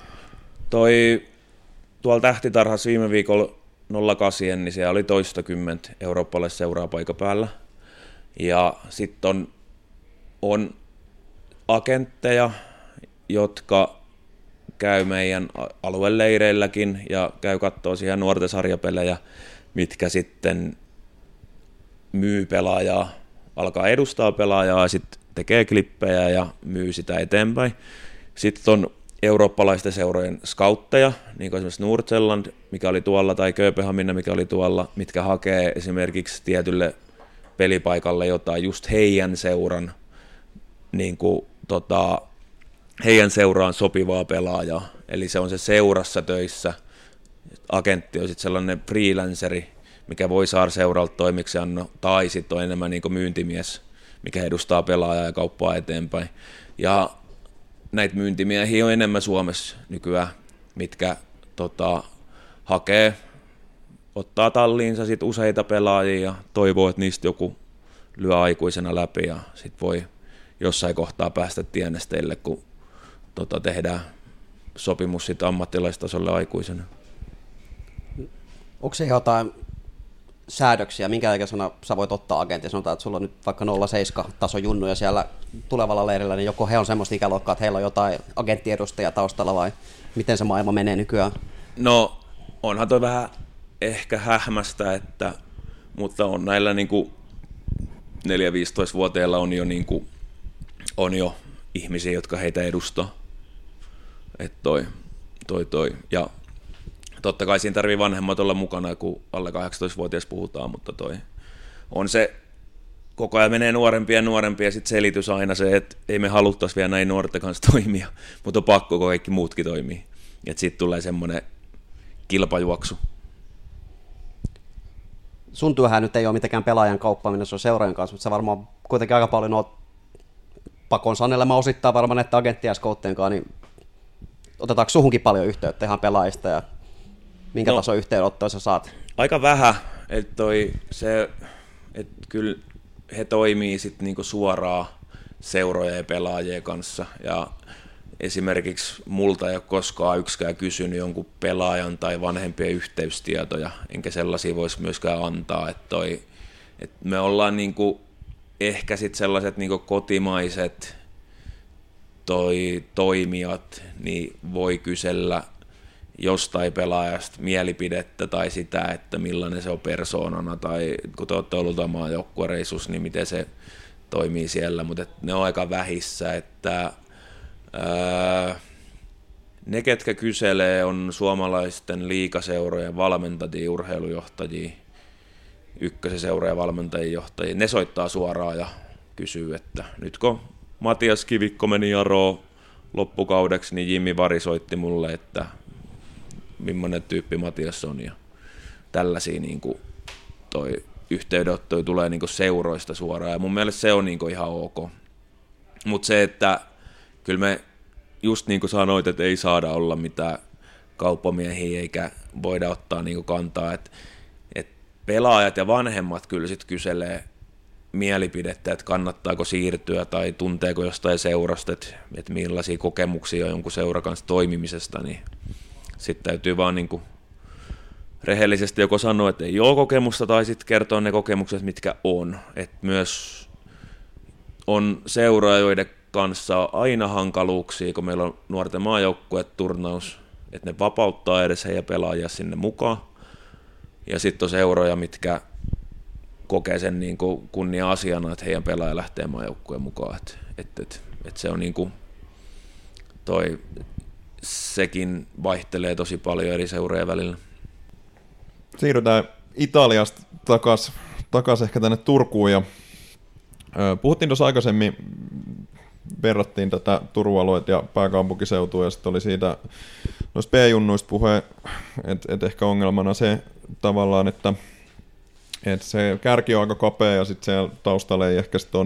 [SPEAKER 4] Tuolla Tähtitarhassa viime viikolla 08, niin siellä oli toistakymmentä eurooppalaista seuraa paikan päällä. Ja sitten on agentteja, jotka käy meidän alueleireilläkin ja käy kattoo siihen nuorten sarjapelejä, mitkä sitten myy pelaajaa, alkaa edustaa pelaajaa ja sitten tekee klippejä ja myy sitä eteenpäin. Sitten on eurooppalaisten seurojen scoutteja, niin kuin esimerkiksi Nordselland, mikä oli tuolla, tai Kööpenhamina, mikä oli tuolla, mitkä hakee esimerkiksi tietylle pelipaikalle jotain just heidän seuran, niin kuin, heidän seuraan sopivaa pelaajaa. Eli se on se seurassa töissä. Agentti on sitten sellainen freelanceri, mikä voi saada seuralta toimeksiannon, tai sitten on enemmän niin kuin myyntimies, mikä edustaa pelaajaa ja kauppaa eteenpäin. Ja näitä myyntimiehiä on enemmän Suomessa nykyään, mitkä ottaa talliinsa sit useita pelaajia ja toivoo, että niistä joku lyö aikuisena läpi ja sitten voi jossain kohtaa päästä tienesteille, kun tehdään sopimus sit ammattilaistasolle aikuisena.
[SPEAKER 3] Onko se jotain säädöksiä, minkä ikäisenä sä voit ottaa agentin? Sanotaan, että sulla on nyt vaikka 0,7 taso junnuja siellä tulevalla leirillä, niin joko he on semmoista ikäluokkaa, että heillä on jotain agenttiedustajia taustalla vai miten se maailma menee nykyään?
[SPEAKER 4] No onhan toi vähän ehkä hähmästä, mutta on näillä niinku 4-15-vuotiailla on jo ihmisiä, jotka heitä edustaa. Ja totta kai siinä tarvii vanhemmat olla mukana, kun alle 18-vuotias puhutaan, mutta on se, koko ajan menee nuorempia ja nuorempia, ja sitten selitys aina se, että ei me haluttaisi vielä näin nuorten kanssa toimia, mutta on pakko, kun kaikki muutkin toimii. Että sitten tulee semmoinen kilpajuoksu.
[SPEAKER 3] Sun työhän nyt ei ole mitenkään pelaajan kauppaaminen, se on seurojen kanssa, mutta sä varmaan kuitenkin aika paljon oot pakon sanelema osittain varmaan näiden agenttien ja scouttien kanssa, niin otetaanko suhunkin paljon yhteyttä ihan pelaajista ja minkä tason yhteydenottoja sä saat?
[SPEAKER 4] Aika vähän, että kyllä he toimii sitten niinku suoraan seurojen ja pelaajien kanssa, ja esimerkiksi multa ei ole koskaan yksikään kysynyt jonkun pelaajan tai vanhempien yhteystietoja, enkä sellaisia voisi myöskään antaa, että me ollaan niinku ehkä sitten sellaiset niinku kotimaiset toimijat, niin voi kysellä jostain pelaajasta mielipidettä tai sitä, että millainen se on persoonana, tai kun te olette ollut omaa joukkuereissussa, niin miten se toimii siellä, mutta ne on aika vähissä, että ne, ketkä kyselee, on suomalaisten liigaseurojen valmentajia, urheilujohtajia, ykköseseurojen valmentajien johtajia. Ne soittaa suoraan ja kysyy, että nyt kun Matias Kivikko meni Jaroon loppukaudeksi, niin Jimmy Vari soitti mulle, että millainen tyyppi Matias on, ja tällaisia niin kuin toi yhteydenottoja tulee niin kuin seuroista suoraan, ja mun mielestä se on niin kuin ihan ok. Mutta se, että kyllä me just niin kuin sanoit, että ei saada olla mitään kauppamiehiä eikä voida ottaa niin kuin kantaa, että pelaajat ja vanhemmat kyllä sitten kyselee mielipidettä, että kannattaako siirtyä tai tunteeko jostain seurasta, että millaisia kokemuksia on jonkun seuran kanssa toimimisesta, niin sitten täytyy vaan niin kuin rehellisesti joko sanoa, että ei ole kokemusta, tai sitten kertoa ne kokemukset, mitkä on. Et myös on seuraa, joiden kanssa on aina hankaluuksia, kun meillä on nuorten maajoukkueturnaus, että ne vapauttaa edes heidän pelaajia sinne mukaan. Ja sitten on seuroja, mitkä kokee sen niin kuin kunnia-asiana, että heidän pelaaja lähtee maajoukkueen mukaan. Et se on niin kuin sekin vaihtelee tosi paljon eri seurojen välillä.
[SPEAKER 2] Siirrytään Italiasta takas ehkä tänne Turkuun. Ja, puhuttiin tuossa aikaisemmin, verrattiin tätä Turun alueet ja pääkaupunkiseutua, ja sitten oli siitä noista B-junnuista puhe, että ehkä ongelmana se tavallaan, että se kärki on aika kapea, ja sitten siellä taustalla ei ehkä sit ole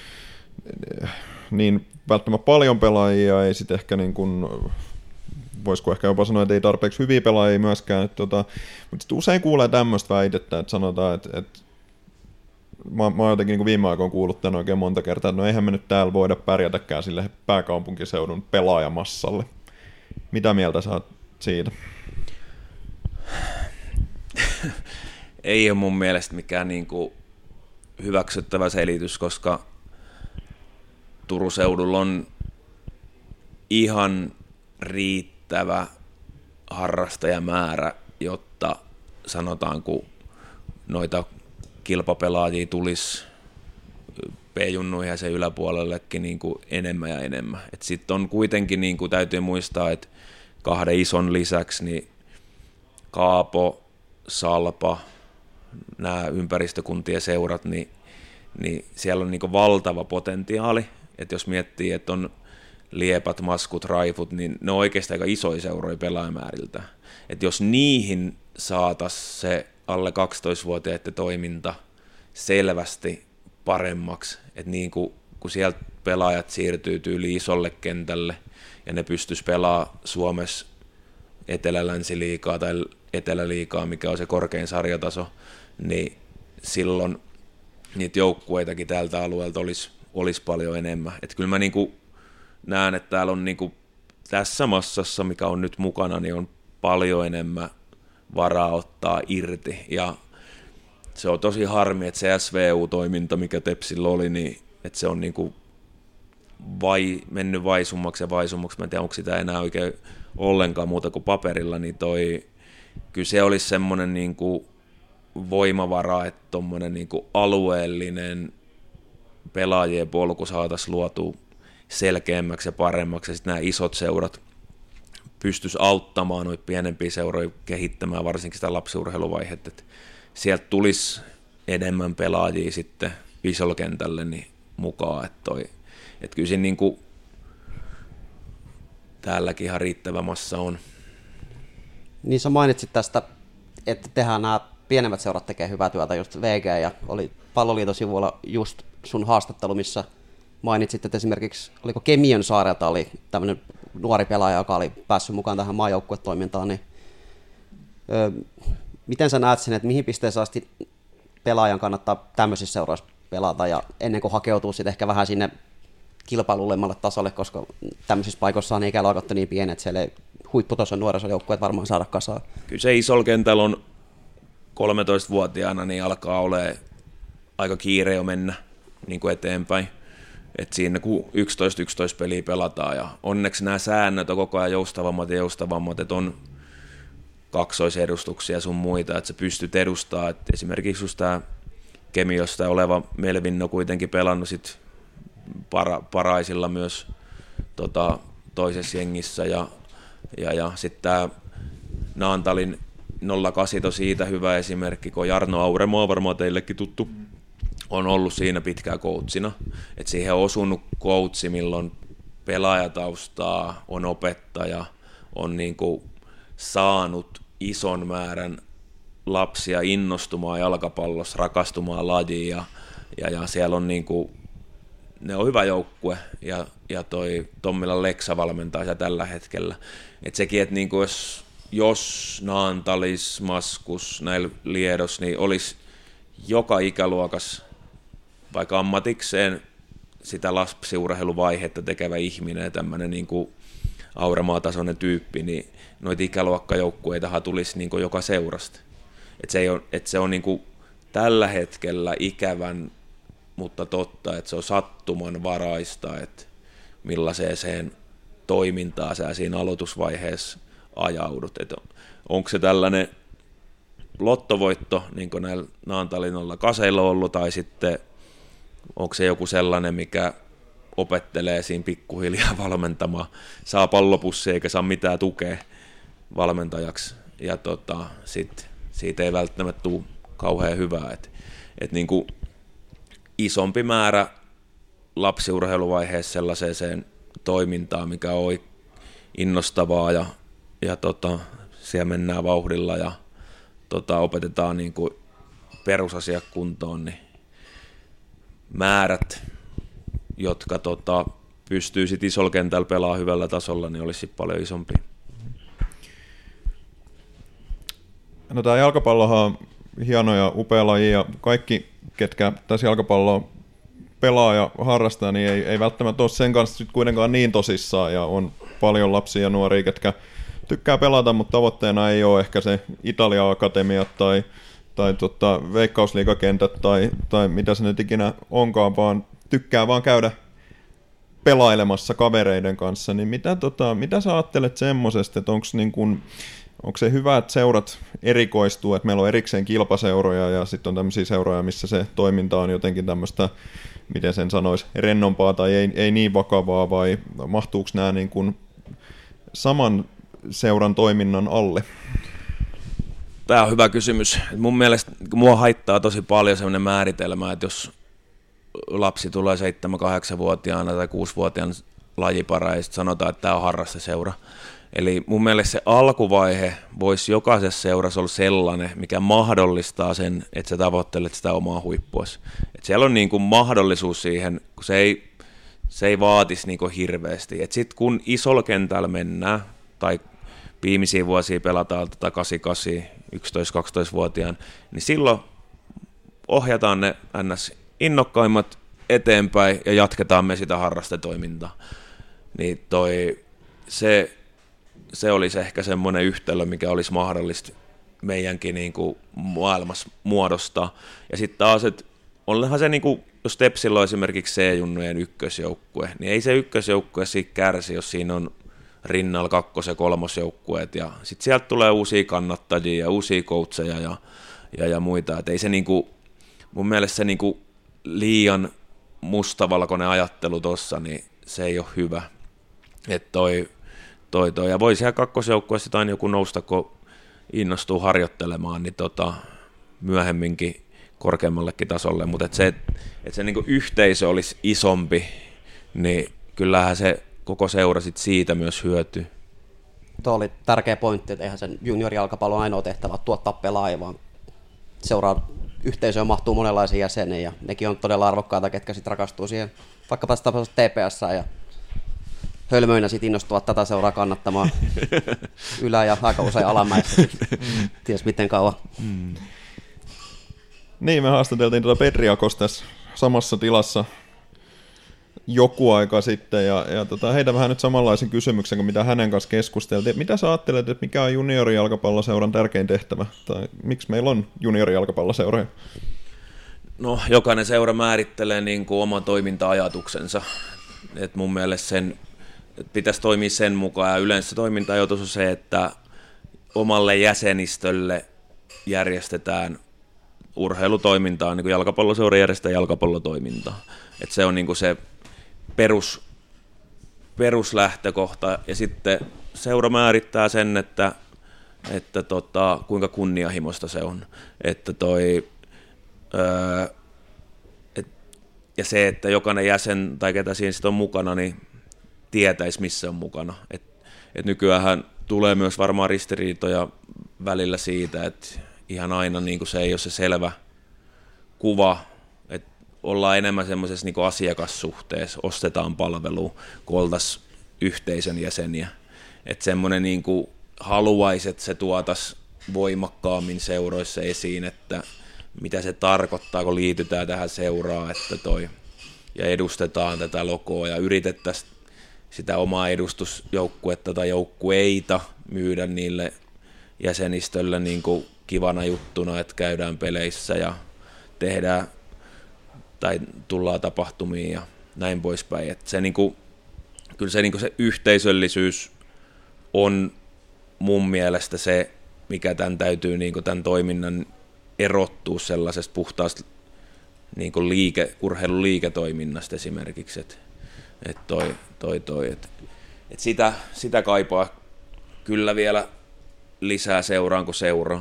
[SPEAKER 2] niin välttämättä paljon pelaajia, ei sitten ehkä niin kuin, voisiko ehkä jopa sanoa, että ei tarpeeksi hyviä pelaajia myöskään, mutta sitten usein kuulee tämmöistä väitettä, että sanotaan, että mä oon jotenkin niin kuin viime aikoina kuullut tämän oikein monta kertaa, että no eihän me nyt täällä voida pärjätäkään sille pääkaupunkiseudun pelaajamassalle. Mitä mieltä sä oot siitä?
[SPEAKER 4] Ei ole mun mielestä mikään niin kuin hyväksyttävä selitys, koska Turun seudulla on ihan riittävä harrastajamäärä, jotta sanotaan, kun noita kilpapelaajia tulisi P-junnuihin ja sen yläpuolellekin niin kuin enemmän ja enemmän. Sitten on kuitenkin, niin kuin täytyy muistaa, että kahden ison lisäksi niin Kaapo, Salpa, nämä ympäristökuntien seurat, niin siellä on niin kuin valtava potentiaali. Että jos miettii, että on Liepat, Maskut, Raifut, niin ne on oikeasti aika isoja seuroja pelaajamääriltä. Että jos niihin saataisiin se alle 12-vuotiaiden toiminta selvästi paremmaksi, että niin kun sieltä pelaajat siirtyy tyyli isolle kentälle ja ne pystyisi pelaamaan Suomessa Etelä-Länsi-liigaa tai Etelä-liigaa, mikä on se korkein sarjataso, niin silloin niitä joukkueitakin tältä alueelta olisi paljon enemmän. Että kyllä mä niinku näen, että täällä on niinku tässä massassa, mikä on nyt mukana, niin on paljon enemmän varaa ottaa irti. Ja se on tosi harmi, että se SVU-toiminta, mikä Tepsillä oli, niin että se on niinku mennyt vaisummaksi ja vaisummaksi. Mä en tiedä, onko sitä enää oikein ollenkaan muuta kuin paperilla, niin kyllä se olisi semmoinen niinku voimavara, että tommoinen niinku alueellinen pelaajien polku saataisiin luotua selkeämmäksi ja paremmaksi, ja sitten nämä isot seurat pystyisi auttamaan noita pienempiä seuroja kehittämään varsinkin sitä lapsiurheiluvaihetta, että sieltä tulisi enemmän pelaajia sitten isolla kentälle niin mukaan, että kyllä siinä niin kuin täälläkin ihan riittävä massa on.
[SPEAKER 3] Niin sä mainitsit tästä, että tehdään nämä pienemmät seurat tekee hyvää työtä, just VG, ja oli Palloliiton sivuilla just sun haastattelu, missä mainitsit, että esimerkiksi, oliko Kemiön saarelta oli tämmöinen nuori pelaaja, joka oli päässyt mukaan tähän maajoukkuetoimintaan, niin miten sä näet sen, että mihin pisteeseen asti pelaajan kannattaa tämmöisissä seuroissa pelata, ja ennen kuin hakeutuu sitten ehkä vähän sinne kilpailullemmalle tasolle, koska tämmöisissä paikoissa on ikäluokat niin pienet, että siellä ei huipputason nuorisojoukkueet varmaan saada kasaan.
[SPEAKER 4] Kyllä se isolla kentällä on 13-vuotiaana, niin alkaa olemaan aika kiire jo mennä niin kuin eteenpäin. Et siinä kun 11 peliä pelataan, ja onneksi nämä säännöt on koko ajan joustavammat, että on kaksoisedustuksia sun muita, että sä pystyt edustamaan. Et esimerkiksi just tämä Kemiosta oleva Melvin on kuitenkin pelannut sit Paraisilla myös toisessa jengissä, ja sitten tämä Naantalin 08 on siitä hyvä esimerkki, kun Jarno Auremo, varmaan teillekin tuttu, on ollut siinä pitkään coachina. Et siihen on osunut coachi, milloin pelaajataustaa, on opettaja, on niinku saanut ison määrän lapsia innostumaan jalkapallossa, rakastumaan lajiin, ja siellä on niinku, ne on hyvä joukkue, ja toi Tommilan Leksa valmentaa sitä tällä hetkellä. Et sekin, että niinku jos Naantalis, Maskus, näillä Liedos, niin olisi joka ikäluokas vaikka ammatikseen sitä lapsiurheiluvaihetta tekevä ihminen ja tämmöinen niin kuin Auramaa-tasoinen tyyppi, niin noita ikäluokkajoukkueitahan tulisi niin kuin joka seurasta. Et se on niin kuin tällä hetkellä ikävän, mutta totta, että se on sattumanvaraista, että millaiseen toimintaan sä siinä aloitusvaiheessa ajaudut. Et onko se tällainen lottovoitto, niin kuin näillä Naantalin 08 on ollut, tai sitten onko se joku sellainen, mikä opettelee siinä pikkuhiljaa valmentamaan, saa pallopussia eikä saa mitään tukea valmentajaksi, ja siitä ei välttämättä tule kauhean hyvää. Et niin kuin isompi määrä lapsiurheiluvaiheessa sellaiseen toimintaan, mikä on innostavaa, ja siellä mennään vauhdilla, ja opetetaan niin kuin perusasiat kuntoon, niin määrät, jotka pystyy sitten isolla kentällä pelaamaan hyvällä tasolla, niin olisi paljon isompi.
[SPEAKER 2] No tämä jalkapallohan on hieno ja upea laji, ja kaikki, ketkä tässä jalkapalloa pelaa ja harrastaa, niin ei välttämättä ole sen kanssa sit kuitenkaan niin tosissaan, ja on paljon lapsia ja nuoria, ketkä tykkää pelata, mutta tavoitteena ei ole ehkä se Italia-akatemiat tai veikkausliigakentät tai mitä se nyt ikinä onkaan, vaan tykkää vaan käydä pelailemassa kavereiden kanssa, niin mitä sä ajattelet semmosesta, että onko se hyvä, että seurat erikoistuu, että meillä on erikseen kilpaseuroja ja sitten on tämmöisiä seuroja, missä se toiminta on jotenkin tämmöistä, miten sen sanoisi, rennompaa tai ei niin vakavaa, vai mahtuuko nämä niin kuin saman seuran toiminnan alle?
[SPEAKER 4] Tämä on hyvä kysymys. Mun mielestä mua haittaa tosi paljon sellainen määritelmä, että jos lapsi tulee 7-8-vuotiaana tai 6-vuotiaana lajipara ja sitten sanotaan, että tämä on harrasteseura. Eli mun mielestä se alkuvaihe voisi jokaisessa seurassa olla sellainen, mikä mahdollistaa sen, että sä tavoittelet sitä omaa huippuasi. Et siellä on niin kuin mahdollisuus siihen, kun se ei vaatisi niin kuin hirveästi. Sitten kun isolla kentällä mennään, tai viimeisiä vuosia pelataan 88, 11-12-vuotiaan, niin silloin ohjataan ne ns. Innokkaimmat eteenpäin ja jatketaan me sitä harrastetoimintaa. Niin se olisi ehkä semmoinen yhtälö, mikä olisi mahdollista meidänkin niin kuin maailmassa muodostaa. Ja sitten taas, että onhan se, niin kuin, jos Tepsillä on esimerkiksi C-junnujen ykkösjoukkue, niin ei se ykkösjoukkue siitä kärsi, jos siinä on rinnalla 2- ja 3-joukkueet, ja sitten sieltä tulee uusia kannattajia ja uusia coacheja ja muita. Et ei se niinku, mun mielestä se niinku liian mustavalkoinen ajattelu tossa, niin se ei ole hyvä. Että Ja voi siellä kakkosjoukkueessa aina joku nousta, kun innostuu harjoittelemaan, niin myöhemminkin korkeammallekin tasolle, mutta että se niin kuin yhteisö olisi isompi, niin kyllähän se koko seura sit siitä myös hyötyy.
[SPEAKER 3] Tuo oli tärkeä pointti, että eihän sen juniorijalkapallon ainoa tehtävä tuottaa pelaajia, vaan seuraa yhteisöön mahtuu monenlaisia jäseniä ja nekin on todella arvokkaita, ketkä sitten rakastuu siihen vaikkapa sitä TPS:ään ja hölmöinä sitten innostuvat tätä seuraa kannattamaan ylä- ja aika usein alamäessä, ties miten kauan.
[SPEAKER 2] Niin, me haastateltiin Petriakos tässä samassa tilassa joku aika sitten, ja heitä vähän nyt samanlaisen kysymyksen kuin mitä hänen kanssa keskusteltiin. Mitä sä ajattelet, että mikä on juniorijalkapalloseuran tärkein tehtävä? Tai miksi meillä on juniorijalkapalloseuroja?
[SPEAKER 4] No, jokainen seura määrittelee niin kuin oman toiminta-ajatuksensa. Et mun mielestä sen pitäisi toimia sen mukaan, ja yleensä toiminta-ajatus on se, että omalle jäsenistölle järjestetään urheilutoimintaa, niin kuin jalkapalloseura järjestää jalkapallotoimintaa. Et se on niin kuin se peruslähtökohta, ja sitten seura määrittää sen, että kuinka kunnianhimoista se on. Ja se, että jokainen jäsen tai ketä siinä sitten on mukana, niin tietäisi, missä on mukana. Et nykyäänhän tulee myös varmaan ristiriitoja välillä siitä, että ihan aina niin kuin se ei ole se selvä kuva, että ollaan enemmän semmoisessa niin kuin asiakassuhteessa, ostetaan palvelua, kun oltaisiin yhteisön jäseniä. Että semmoinen niin kuin haluaisi, että se tuotaisiin voimakkaammin seuroissa esiin, että mitä se tarkoittaa, kun liitytään tähän seuraan, että ja edustetaan tätä logoa ja yritettäisiin sitä omaa edustusjoukkuetta tai joukkueita myydä niille jäsenistölle niin kuin kivana juttuna, että käydään peleissä ja tehdään tai tullaan tapahtumiin ja näin poispäin. Että se, niin kuin, kyllä se, niin kuin se yhteisöllisyys on mun mielestä se, mikä tämän täytyy niin kuin tämän toiminnan erottua sellaisesta puhtaasta niin kuin urheilun liiketoiminnasta esimerkiksi. Sitä kaipaa kyllä vielä lisää seuraan kuin seuraa.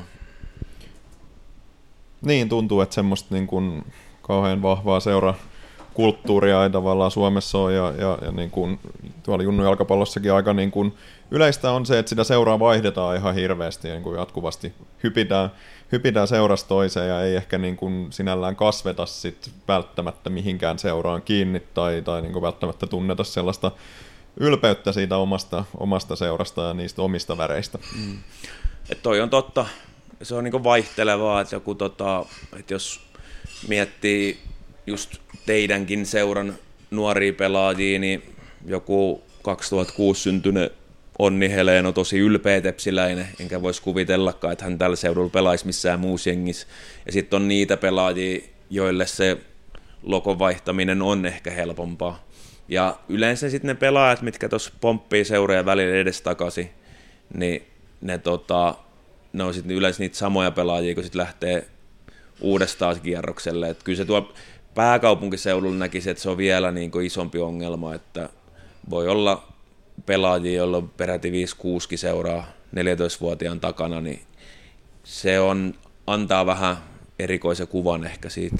[SPEAKER 2] Niin, tuntuu, että semmoista niin kuin kauhean vahvaa seurakulttuuria ei tavallaan Suomessa ole, ja niin kuin tuolla junnujalkapallossakin aika niin kuin yleistä on se, että sitä seuraa vaihdetaan ihan hirveästi, niin kuin jatkuvasti hypitään seurasta toiseen, ja ei ehkä niin kuin sinällään kasveta sit välttämättä mihinkään seuraan kiinni, tai niin kuin välttämättä tunneta sellaista ylpeyttä siitä omasta seurasta ja niistä omista väreistä.
[SPEAKER 4] Et toi on totta. Se on niinku vaihtelevaa, että että jos miettii just teidänkin seuran nuoria pelaajia, niin joku 2006 syntynyt Onni Helén on tosi ylpeä tepsiläinen, enkä voisi kuvitellakaan, että hän tällä seudulla pelaisi missään muussa jengissä. Ja sitten on niitä pelaajia, joille se logon vaihtaminen on ehkä helpompaa. Ja yleensä sitten ne pelaajat, mitkä tuossa pomppii seuroja välillä edestakaisin, niin ne on sitten yleensä niitä samoja pelaajia, kun sitten lähtee uudestaan kierrokselle. Et kyllä se tuo pääkaupunkiseudulla näkisi, että se on vielä niin kuin isompi ongelma, että voi olla pelaajia, joilla on peräti 5-6 seuraa 14-vuotiaan takana, niin se antaa vähän erikoisen kuvan ehkä siitä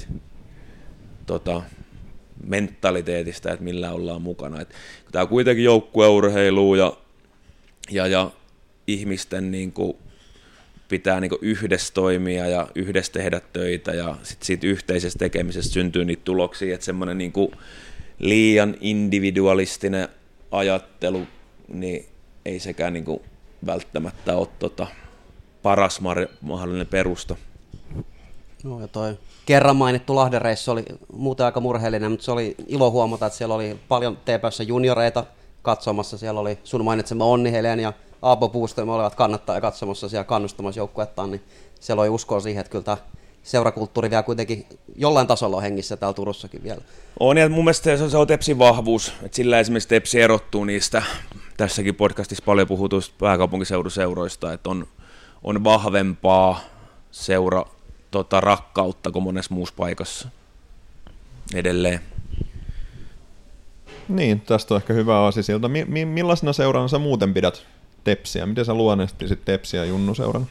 [SPEAKER 4] mentaliteetistä, että millä ollaan mukana. Tämä on kuitenkin joukkueurheilua ja ihmisten niin kuin pitää niin kuin yhdessä toimia ja yhdessä tehdä töitä, ja sitten siitä yhteisestä tekemisestä syntyy niitä tuloksia, että semmoinen niin kuin liian individualistinen ajattelu, niin ei sekään niin kuin välttämättä ole paras mahdollinen perusta.
[SPEAKER 3] No, ja toi kerran mainittu Lahden reissu oli muuten aika murheellinen, mutta se oli ilo huomata, että siellä oli paljon TPS:ssä junioreita katsomassa. Siellä oli sun mainitsema Onni Helén ja Aapo Puusto, me olivat kannattajia katsomassa siellä kannustamassa joukkuettaan, niin siellä oli uskoa siihen, että kyllä tämä seurakulttuuri vielä kuitenkin jollain tasolla on hengissä täällä Turussakin vielä.
[SPEAKER 4] On, ja mun mielestä se on Tepsin vahvuus, että sillä esimerkiksi Tepsi erottuu niistä tässäkin podcastissa paljon puhutuista pääkaupunkiseudun seuroista, että on vahvempaa rakkautta kuin monessa muussa paikassa edelleen.
[SPEAKER 2] Niin, tästä on ehkä hyvä aasisilta. Millaisena seurana sä muuten pidät Tepsiä? Miten sä luonnehtisit Tepsiä Junnu-seurana?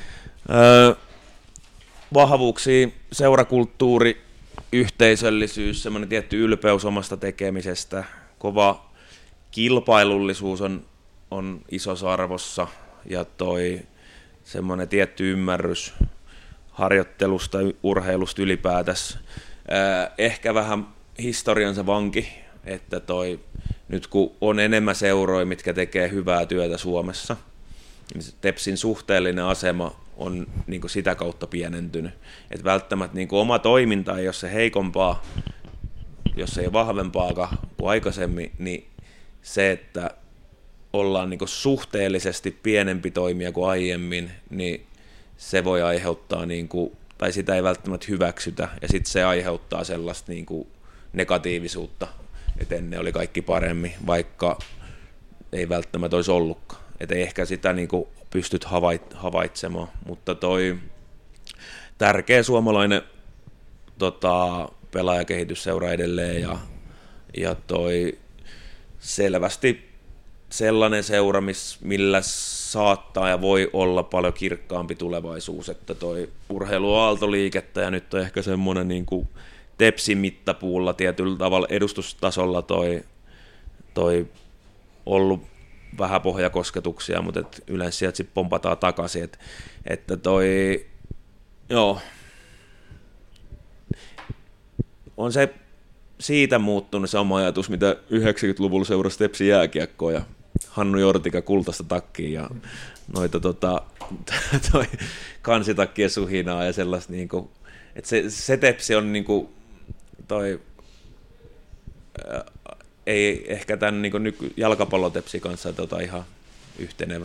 [SPEAKER 4] Vahvuuksia, seurakulttuuri, yhteisöllisyys, semmoinen tietty ylpeys omasta tekemisestä, kova kilpailullisuus on isossa arvossa ja toi semmoinen tietty ymmärrys harjoittelusta, urheilusta ylipäätänsä. Ehkä vähän historiansa vanki, että nyt kun on enemmän seuroja, mitkä tekee hyvää työtä Suomessa, niin Tepsin suhteellinen asema on niin kuin sitä kautta pienentynyt. Et välttämättä niin kuin oma toiminta ei ole se heikompaa, jos ei vahvempaakaan kuin aikaisemmin, niin se, että ollaan niin kuin suhteellisesti pienempi toimija kuin aiemmin, niin se voi aiheuttaa, niin kuin, tai sitä ei välttämättä hyväksytä, ja sitten se aiheuttaa sellaista niin kuin negatiivisuutta, että ennen oli kaikki paremmin, vaikka ei välttämättä olisi ollutkaan. Että ei ehkä sitä niin kuin pystyt havaitsemaan, mutta tärkeä suomalainen pelaajakehitysseura edelleen, ja selvästi sellainen seura, millä saattaa ja voi olla paljon kirkkaampi tulevaisuus, että urheilu on aaltoliikettä ja nyt on ehkä semmoinen niin kuin Tepsin mittapuulla tietyllä tavalla edustustasolla ollut vähän pohjakosketuksia, mutta yleensä sieltä sitten pompataan takaisin, että joo, on se siitä muuttunut se oma ajatus, mitä 90-luvulla seurasi Tepsin jääkiekkoa ja Hannu Jortika kultaista takkiin ja noita kansitakkien suhinaa ja sellaista niinku, että se Tepsi on niinku ei ehkä tämän niinku jalkapallotepsi kanssa ihan yhtenevä.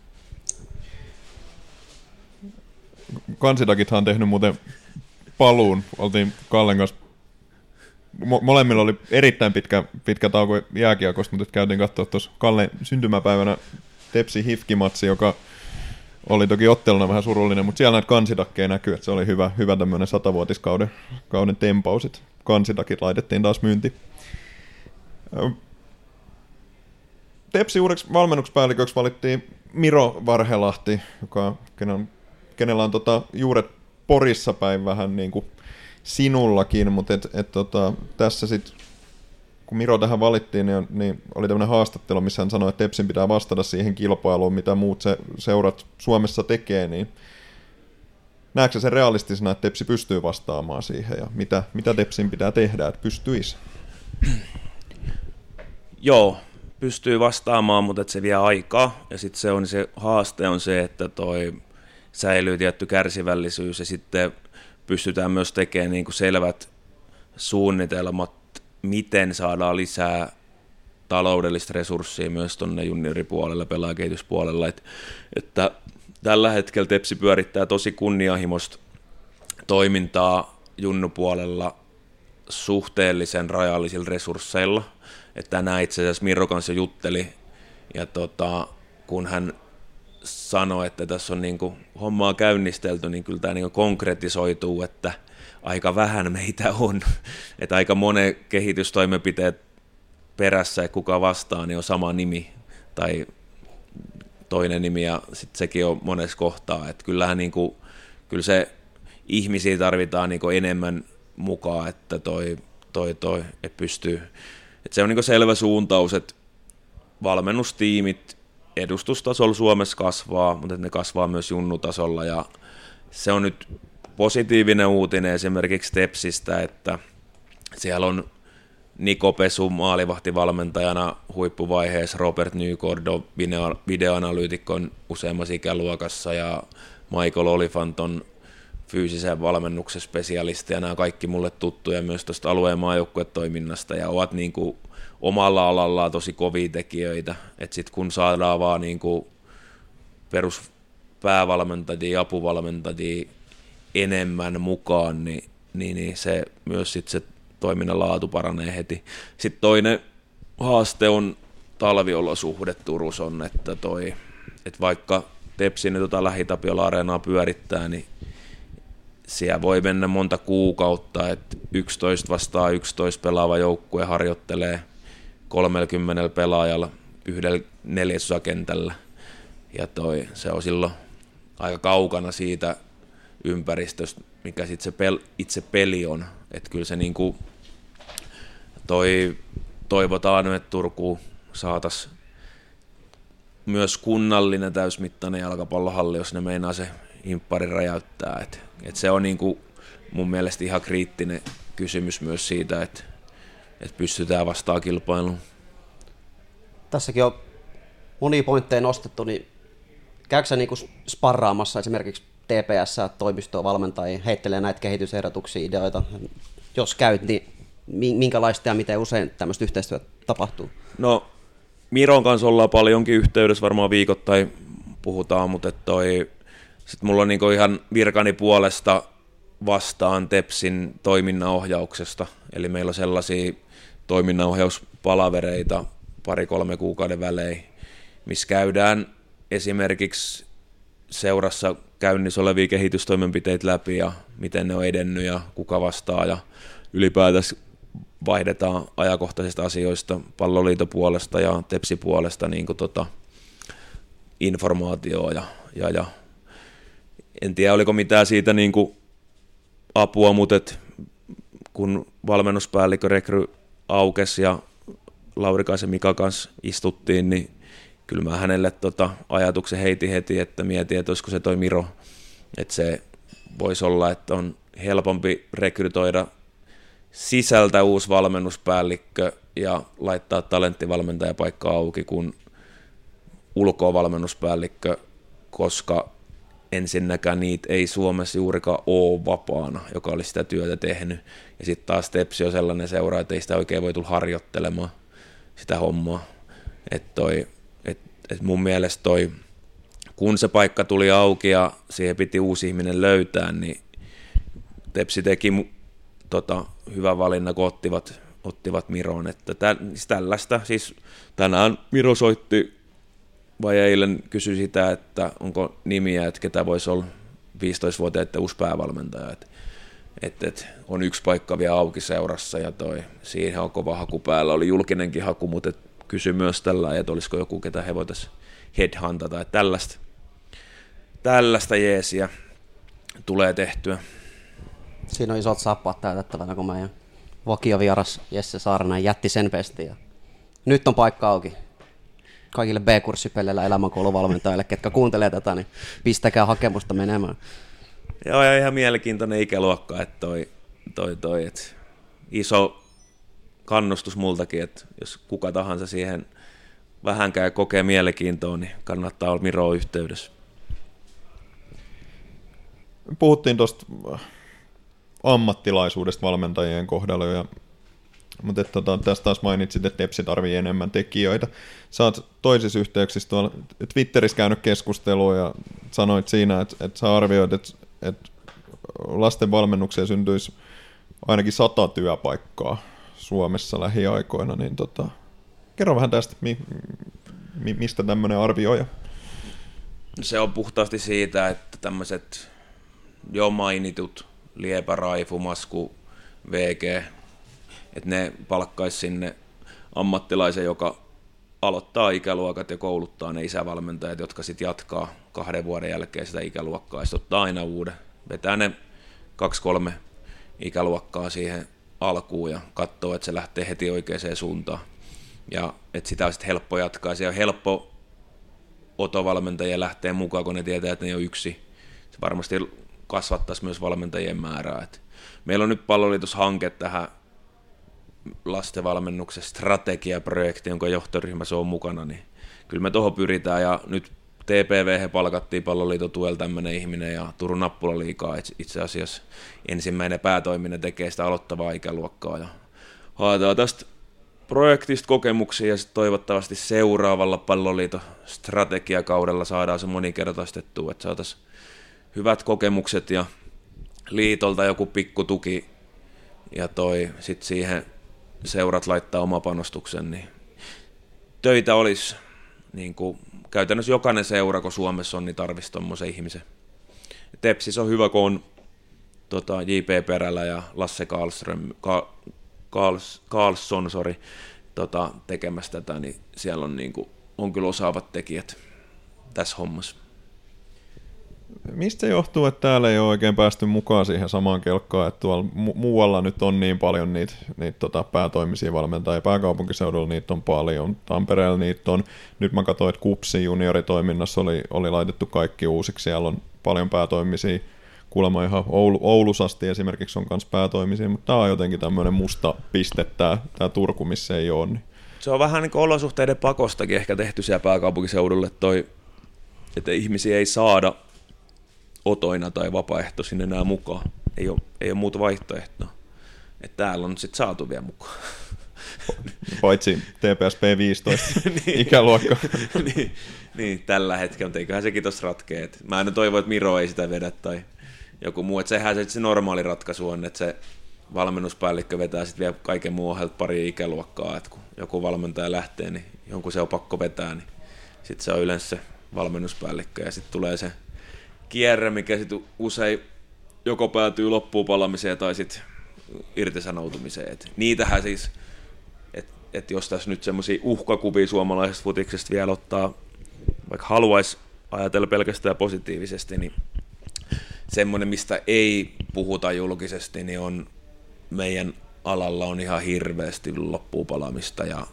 [SPEAKER 2] Kansitakithan on tehnyt muuten paluun. Oltiin Kallen kanssa. Molemmilla oli erittäin pitkä tauko jääkiekosta, mutta käytiin katsoa tuossa Kallen syntymäpäivänä Tepsi Hifki-matsi, joka oli toki otteluna vähän surullinen, mutta siellä näitä kansitakkeja näkyy, että se oli hyvä tämmöinen 100-vuotiskauden tempaus, että kansitakit laitettiin taas myyntiin. Tepsi uudeksi valmennuspäälliköksi valittiin Miro Varhelahti, kenellä on juuret Porissa päin vähän niin kuin sinullakin, mutta tässä sitten, kun Miro tähän valittiin, niin oli tämmöinen haastattelu, missä hän sanoi, että Tepsin pitää vastata siihen kilpailuun, mitä muut seurat Suomessa tekee, niin näetkö sen realistisena, että Tepsi pystyy vastaamaan siihen, ja mitä Tepsin pitää tehdä, että pystyisi?
[SPEAKER 4] Joo, pystyy vastaamaan, mutta se vie aikaa, ja sitten se haaste on se, että säilyy tietty kärsivällisyys, ja sitten pystytään myös tekemään niin kuin selvät suunnitelmat, miten saadaan lisää taloudellista resurssia myös tuonne junioripuolelle, pelaajakehityspuolella, että tällä hetkellä Tepsi pyörittää tosi kunnianhimoista toimintaa junnupuolella suhteellisen rajallisilla resursseilla, että tänään itse asiassa Mirro kanssa jutteli, ja kun hän sanoi, että tässä on niin kuin hommaa käynnistelty, niin kyllä tämä niin kuin konkretisoituu, että aika vähän meitä on, että aika monen kehitystoimenpiteet perässä ja kuka vastaa, niin on sama nimi tai toinen nimi ja sitten sekin on monessa kohtaa, että kyllähän niin kuin, kyllä se ihmisiä tarvitaan niin kuin enemmän mukaan, että että pystyy, että se on niin kuin selvä suuntaus, että valmennustiimit edustustasolla Suomessa kasvaa, mutta ne kasvaa myös junnutasolla ja se on nyt positiivinen uutinen esimerkiksi Tepsistä, että siellä on Niko Pesu maalivahtivalmentajana huippuvaiheessa, Robert Nykordo videoanalyytikon useammassa ikäluokassa ja Michael Olifant on fyysisen valmennuksen spesialisti ja nämä kaikki mulle tuttuja myös tuosta alueen maajoukkuetoiminnasta ja ovat niin kuin omalla alallaan tosi kovia tekijöitä, että sitten kun saadaan vaan niin kuin peruspäävalmentajia, apuvalmentajia enemmän mukaan, niin se myös sitten se toiminnan laatu paranee heti. Sitten toinen haaste on talviolosuhde Turussa on, että vaikka Tepsi nyt Lähi-Tapiola-areenaa pyörittää, niin siellä voi mennä monta kuukautta, että 11 vastaan 11 pelaava joukkue harjoittelee 30 pelaajalla 1/4 kentällä. Ja se on silloin aika kaukana siitä ympäristöstä, mikä sitten se itse peli on. Että kyllä se niinku toivotaan, että Turkuun saataisiin myös kunnallinen täysmittainen jalkapallohalli, jos ne meinaa se imppari räjäyttää. Et se on niinku mun mielestä ihan kriittinen kysymys myös siitä, että pystytään vastaan kilpailuun.
[SPEAKER 3] Tässäkin on monia pointteja nostettu, niin käykö sä niinku sparraamassa esimerkiksi TPS-toimistoa valmentajia, heittelee näitä kehitysehdotuksia, ideoita? Jos käyt, niin minkälaista ja miten usein tämmöistä yhteistyötä tapahtuu?
[SPEAKER 4] No, Miron kanssa ollaan paljonkin yhteydessä, varmaan viikoittain puhutaan, mutta sitten mulla on niinku ihan virkani puolesta vastaan Tepsin toiminnanohjauksesta, eli meillä on sellaisia toiminnanohjauspalavereita 2-3 kuukauden välein, missä käydään esimerkiksi seurassa käynnissä olevia kehitystoimenpiteitä läpi ja miten ne on edennyt ja kuka vastaa ja ylipäätään vaihdetaan ajankohtaisista asioista Palloliiton puolesta ja Tepsin puolesta niin informaatioa ja en tiedä oliko mitään siitä niin kuin apua, mutta kun valmennuspäällikkö rekry aukesi ja Laurikaisen Mika kanssa istuttiin, niin kyllä mä hänelle ajatuksen heitin heti, että mietin, että olisiko se toi Miro, että se voisi olla, että on helpompi rekrytoida sisältä uusi valmennuspäällikkö ja laittaa talenttivalmentajapaikka auki kuin ulkoa valmennuspäällikkö, koska ensinnäkään niitä ei Suomessa juurikaan ole vapaana, joka olisi sitä työtä tehnyt. Ja sitten taas Tepsi on sellainen seura, että ei sitä oikein voi tulla harjoittelemaan sitä hommaa. Että mun mielestä kun se paikka tuli auki ja siihen piti uusi ihminen löytää, niin Tepsi teki hyvän valinnan, kun ottivat Miron. Että tällaista, siis tänään Miro soitti vai eilen kysyi sitä, että onko nimiä, että ketä voisi olla 15-vuotiaiden uusi päävalmentaja. Että on yksi paikka vielä auki seurassa ja siihen on kova haku päällä. Oli julkinenkin haku, mutta kysyi myös tällä, että olisiko joku, ketä he voitaisiin headhuntata. Että tällaista jeesiä tulee tehtyä.
[SPEAKER 3] Siinä on isot sappaat täytettävänä, kun meidän vakiovieras Jesse Saarinen jätti sen pestiin. Ja nyt on paikka auki. Kaikille B-kurssipelleillä elämänkouluvalmentajille, ketkä kuuntelee tätä, niin pistäkää hakemusta menemään.
[SPEAKER 4] Joo, ja ihan mielenkiintoinen ikäluokka, että että iso kannustus multakin, että jos kuka tahansa siihen vähänkään kokee mielenkiintoa, niin kannattaa olla Miroon yhteydessä.
[SPEAKER 2] Puhuttiin tuosta ammattilaisuudesta valmentajien kohdalla, mutta tästä taas mainitsit, että Tepsi tarvii enemmän tekijöitä. Sä oot toisissa yhteyksissä tuolla Twitterissä käynyt keskustelua ja sanoit siinä, että sä arvioit, että lasten valmennukseen syntyisi ainakin 100 työpaikkaa Suomessa lähiaikoina, niin kerro vähän tästä, mistä tämmöinen arvio?
[SPEAKER 4] Se on puhtaasti siitä, että tämmöiset jo mainitut Liepä, Raifu, Masku, VG, että ne palkkaisi sinne ammattilaisen, joka aloittaa ikäluokat ja kouluttaa ne isävalmentajat, jotka sitten jatkaa 2 vuoden jälkeen sitä ikäluokkaa ja sitten ottaa aina uuden. Vetää ne 2-3 ikäluokkaa siihen alkuun ja katsoo, että se lähtee heti oikeaan suuntaan. Ja että sitä on sitten helppo jatkaa. Se on helppo otovalmentajia lähteä mukaan, kun ne tietää, että ne on yksi. Se varmasti kasvattaisi myös valmentajien määrää. Et meillä on nyt Palloliitos hanke tähän lastenvalmennuksen strategiaprojekti, jonka johtoryhmässä on mukana, niin kyllä me tuohon pyritään, ja nyt TPV palkattiin Palloliiton tuella tämmöinen ihminen, ja Turun Nappulaliigaa itse asiassa ensimmäinen päätoiminen tekee sitä aloittavaa ikäluokkaa, ja haetaan tästä projektista kokemuksia, ja sitten toivottavasti seuraavalla Palloliiton strategiakaudella saadaan se moninkertaistettua, että saataisiin hyvät kokemukset, ja liitolta joku pikku tuki, ja sitten siihen seurat laittaa oma panostuksen, niin töitä olisi, niin kuin käytännössä jokainen seura, kun Suomessa on, niin tarvitsisi tuommoisen ihmisen. Tepsis on hyvä, kun on J.P. Perälä ja Lasse Karlsson, tekemässä tätä, niin siellä on, niin kuin, on kyllä osaavat tekijät tässä hommassa.
[SPEAKER 2] Mistä se johtuu, että täällä ei ole oikein päästy mukaan siihen samaan kelkkaan, että tuolla muualla nyt on niin paljon niitä päätoimisia valmentajia, pääkaupunkiseudulla niitä on paljon, Tampereella niitä on. Nyt mä katsoin, että KuPSin junioritoiminnassa oli laitettu kaikki uusiksi, siellä on paljon päätoimisia, kuulemma ihan Oulussa asti esimerkiksi on myös päätoimisia, mutta tämä on jotenkin tämmöinen musta piste, tämä Turku, missä ei ole. Niin.
[SPEAKER 4] Se on vähän niin kuin olosuhteiden pakostakin ehkä tehty siellä pääkaupunkiseudulle että ihmisiä ei saada otoina tai vapaaehtoisin enää mukaan. Ei ole muuta vaihtoehtoa. Että täällä on sitten saatu vielä mukaan.
[SPEAKER 2] Paitsi TPSP 15 ikäluokka.
[SPEAKER 4] niin, tällä hetkellä, mutta eiköhän sekin tuossa ratkee. Mä aina toivon, että Miro ei sitä vedä tai joku muu. Että sehän se normaali ratkaisu on, että se valmennuspäällikkö vetää sitten vielä kaiken muun ohjelta pari ikäluokkaa. Että kun joku valmentaja lähtee, niin jonkun se on pakko vetää, niin sitten se on yleensä se valmennuspäällikkö ja sitten tulee se kierre, mikä sitten usein joko päätyy loppuun palamiseen tai sitten irtisanoutumiseen. Et niitähän siis, että jos tässä nyt semmoisia uhkakuvia suomalaisesta futiksesta vielä ottaa, vaikka haluaisi ajatella pelkästään positiivisesti, niin semmoinen, mistä ei puhuta julkisesti, niin on meidän alalla on ihan hirveästi loppuun palamista ja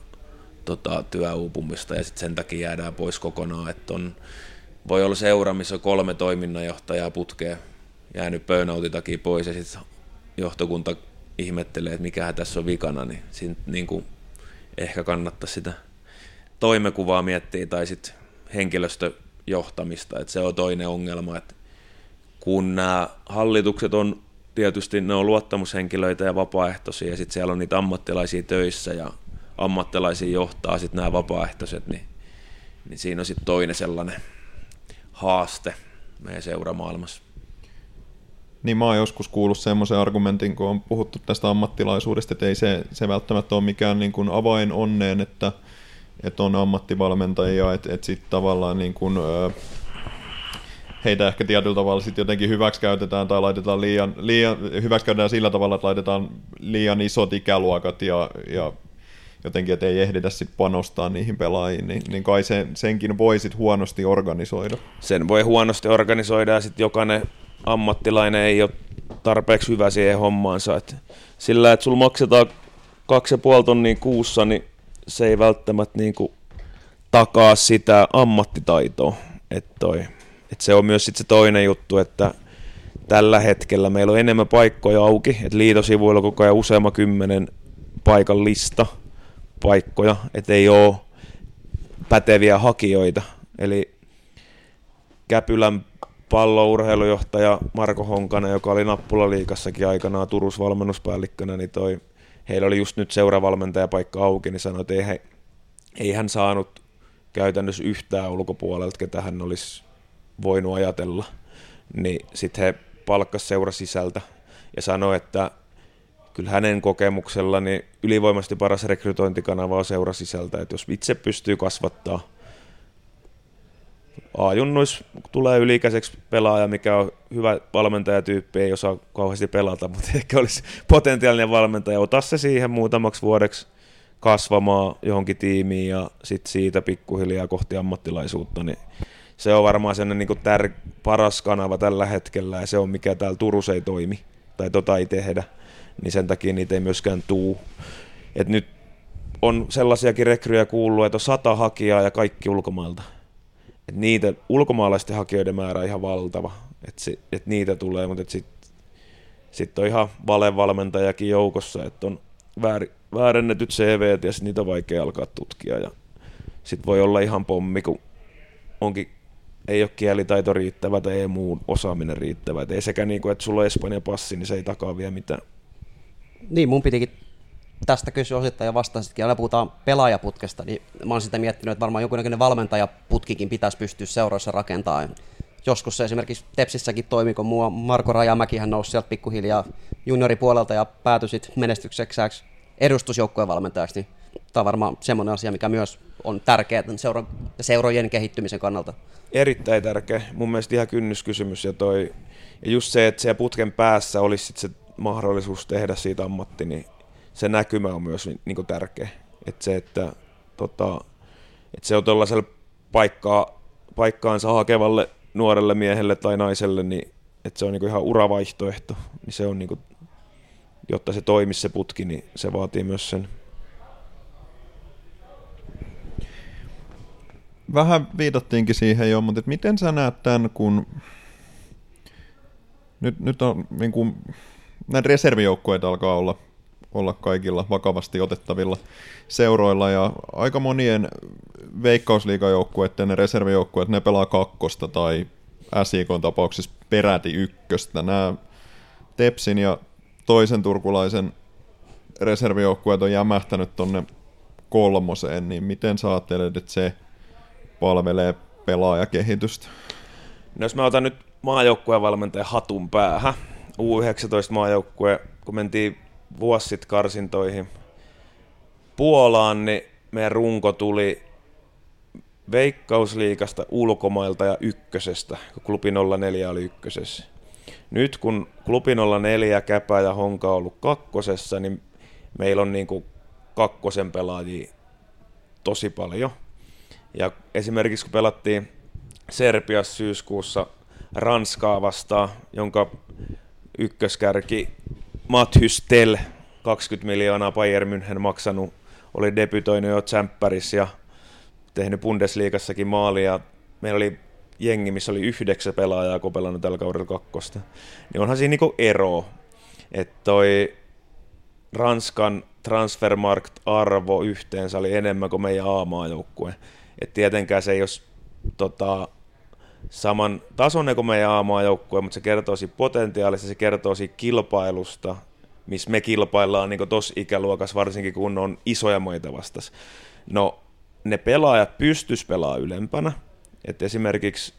[SPEAKER 4] työuupumista ja sitten sen takia jäädään pois kokonaan, että voi olla seura, missä on 3 toiminnanjohtajaa putkeen jäänyt burnoutin takia pois ja sitten johtokunta ihmettelee, että mikähän tässä on vikana, niin siinä niin kuin ehkä kannattaisi sitä toimenkuvaa miettiä tai sitten henkilöstöjohtamista, että se on toinen ongelma, että kun nämä hallitukset on tietysti, ne on luottamushenkilöitä ja vapaaehtoisia ja sitten siellä on niitä ammattilaisia töissä ja ammattilaisia johtaa sitten nämä vapaaehtoiset, niin siinä on sitten toinen sellainen haaste meidän seuramaailmassa.
[SPEAKER 2] Niin mä oon joskus kuullut semmoisen argumentin, kun on puhuttu tästä ammattilaisuudesta, että ei se välttämättä ole mikään niin kuin avain onneen, että on ammattivalmentajia, että sitten tavallaan niin kuin, heitä ehkä tietyllä tavalla sitten jotenkin hyväksikäytetään tai laitetaan hyväksikäytetään sillä tavalla, että laitetaan liian isot ikäluokat ja jotenkin, että ei ehditä sit panostaa niihin pelaajiin, niin kai senkin voi sit huonosti organisoida. Sen
[SPEAKER 4] voi huonosti organisoida ja sitten jokainen ammattilainen ei ole tarpeeksi hyvä siihen hommaansa. Et sillä, että sulla maksetaan 2,5 tonnia kuussa, niin se ei välttämättä niinku takaa sitä ammattitaitoa. Et se on myös sit se toinen juttu, että tällä hetkellä meillä on enemmän paikkoja auki, että liitosivuilla koko ajan useamman 10 paikan lista paikkoja, että ei ole päteviä hakijoita. Eli Käpylän pallourheilujohtaja Marko Honkanen, joka oli Nappulaliigassakin aikanaan Turussa valmennuspäällikkönä, niin heillä oli just nyt seuravalmentajapaikka auki, niin sanoi, että ei hän saanut käytännössä yhtään ulkopuolelta, ketä hän olisi voinut ajatella. Niin sitten he palkkasivat seura sisältä ja sanoi, että kyllä hänen kokemuksella niin ylivoimaisesti paras rekrytointikanava on seura sisältä, että jos itse pystyy kasvattaa A-junnuissa tulee ylikäiseksi pelaaja, mikä on hyvä valmentajatyyppi, ei osaa kauheasti pelata, mutta ehkä olisi potentiaalinen valmentaja. Ota se siihen muutamaksi vuodeksi kasvamaan johonkin tiimiin ja sitten siitä pikkuhiljaa kohti ammattilaisuutta. Niin se on varmaan sellainen niin paras kanava tällä hetkellä ja se on mikä täällä Turussa ei toimi tai ei tehdä, niin sen takia niitä ei myöskään tuu. Et nyt on sellaisiakin rekryjä kuullut, että on 100 hakijaa ja kaikki ulkomailta. Et niitä ulkomaalaisten hakijoiden määrä on ihan valtava, että niitä tulee, mutta sitten on ihan valevalmentajakin joukossa, että on väärennetyt CVt ja sitten niitä on vaikea alkaa tutkia ja sitten voi olla ihan pommi, kun ei ole kielitaito riittävä tai ei muu osaaminen riittävä, et ei sekä niin kuin, että sulla on Espanjan passi, niin se ei takaa vielä mitään.
[SPEAKER 3] Niin, mun pitikin tästä kysyä osittain ja vastasitkin. Aina puhutaan pelaajaputkesta, niin mä oon sitä miettinyt, että varmaan jonkinlainen valmentajaputkikin pitäisi pystyä seuroissa rakentamaan. Joskus se esimerkiksi Tepsissäkin toimi, kun Marko Rajamäkihän nousi sieltä pikkuhiljaa junioripuolelta ja päätyi sitten menestykseksi edustusjoukkueen valmentajaksi. Niin tämä on varmaan semmoinen asia, mikä myös on tärkeää seurojen kehittymisen kannalta.
[SPEAKER 4] Erittäin tärkeä. Mun mielestä ihan kynnyskysymys. Ja just se, että siellä putken päässä olisi sit se mahdollisuus tehdä siitä ammatti, niin se näkymä on myös niin tärkeä. Että se, että se on tuollaiselle paikkaansa hakevalle nuorelle miehelle tai naiselle, niin että se on niinku ihan uravaihtoehto, niin se on niinku, jotta se toimisi se putki, niin se vaatii myös sen.
[SPEAKER 2] Vähän viitattiinkin siihen jo, mutta miten sä näet tämän, kun nyt on niin kuin, näitä reservijoukkueita alkaa olla kaikilla vakavasti otettavilla seuroilla, ja aika monien veikkausliigajoukkueiden reservijoukkueet, ne pelaa kakkosta tai SIK:n tapauksessa peräti ykköstä. Nämä Tepsin ja toisen turkulaisen reservijoukkueet on jämähtänyt tonne kolmoseen, niin miten sä ajattelet, että se palvelee pelaajakehitystä?
[SPEAKER 4] No jos mä otan nyt maajoukkueen valmentajan hatun päähän, U19-maajoukkue, kun mentiin vuosi sitten karsintoihin Puolaan, niin meidän runko tuli Veikkausliigasta, ulkomailta ja ykkösestä, kun Klubi 04 oli ykkösessä. Nyt kun Klubi 04, Käpä ja Honka on ollut kakkosessa, niin meillä on niinku kakkosen pelaajia tosi paljon. Ja esimerkiksi kun pelattiin Serbiassa syyskuussa Ranskaa vastaan, jonka ykköskärki Matthys Tell, 20 miljoonaa Bayern München maksanut, oli debytoinut jo Tsemppärissä ja tehnyt Bundesliigassakin maalia. Meillä oli jengi, missä oli 9 pelaajaa, kun pelannut tällä kaudella kakkosta. Niin onhan siinä niinku ero, että toi Ranskan Transfermarkt-arvo yhteensä oli enemmän kuin meidän A-maajoukkue. Et tietenkään se ei ole saman tasoinen kuin meidän A-maajoukkue, mutta se kertoo siitä potentiaalista, se kertoo siitä kilpailusta, missä me kilpaillaan niin tuossa ikäluokassa, varsinkin kun on isoja maita vastas. No, ne pelaajat pystyis pelaamaan ylempänä. Et esimerkiksi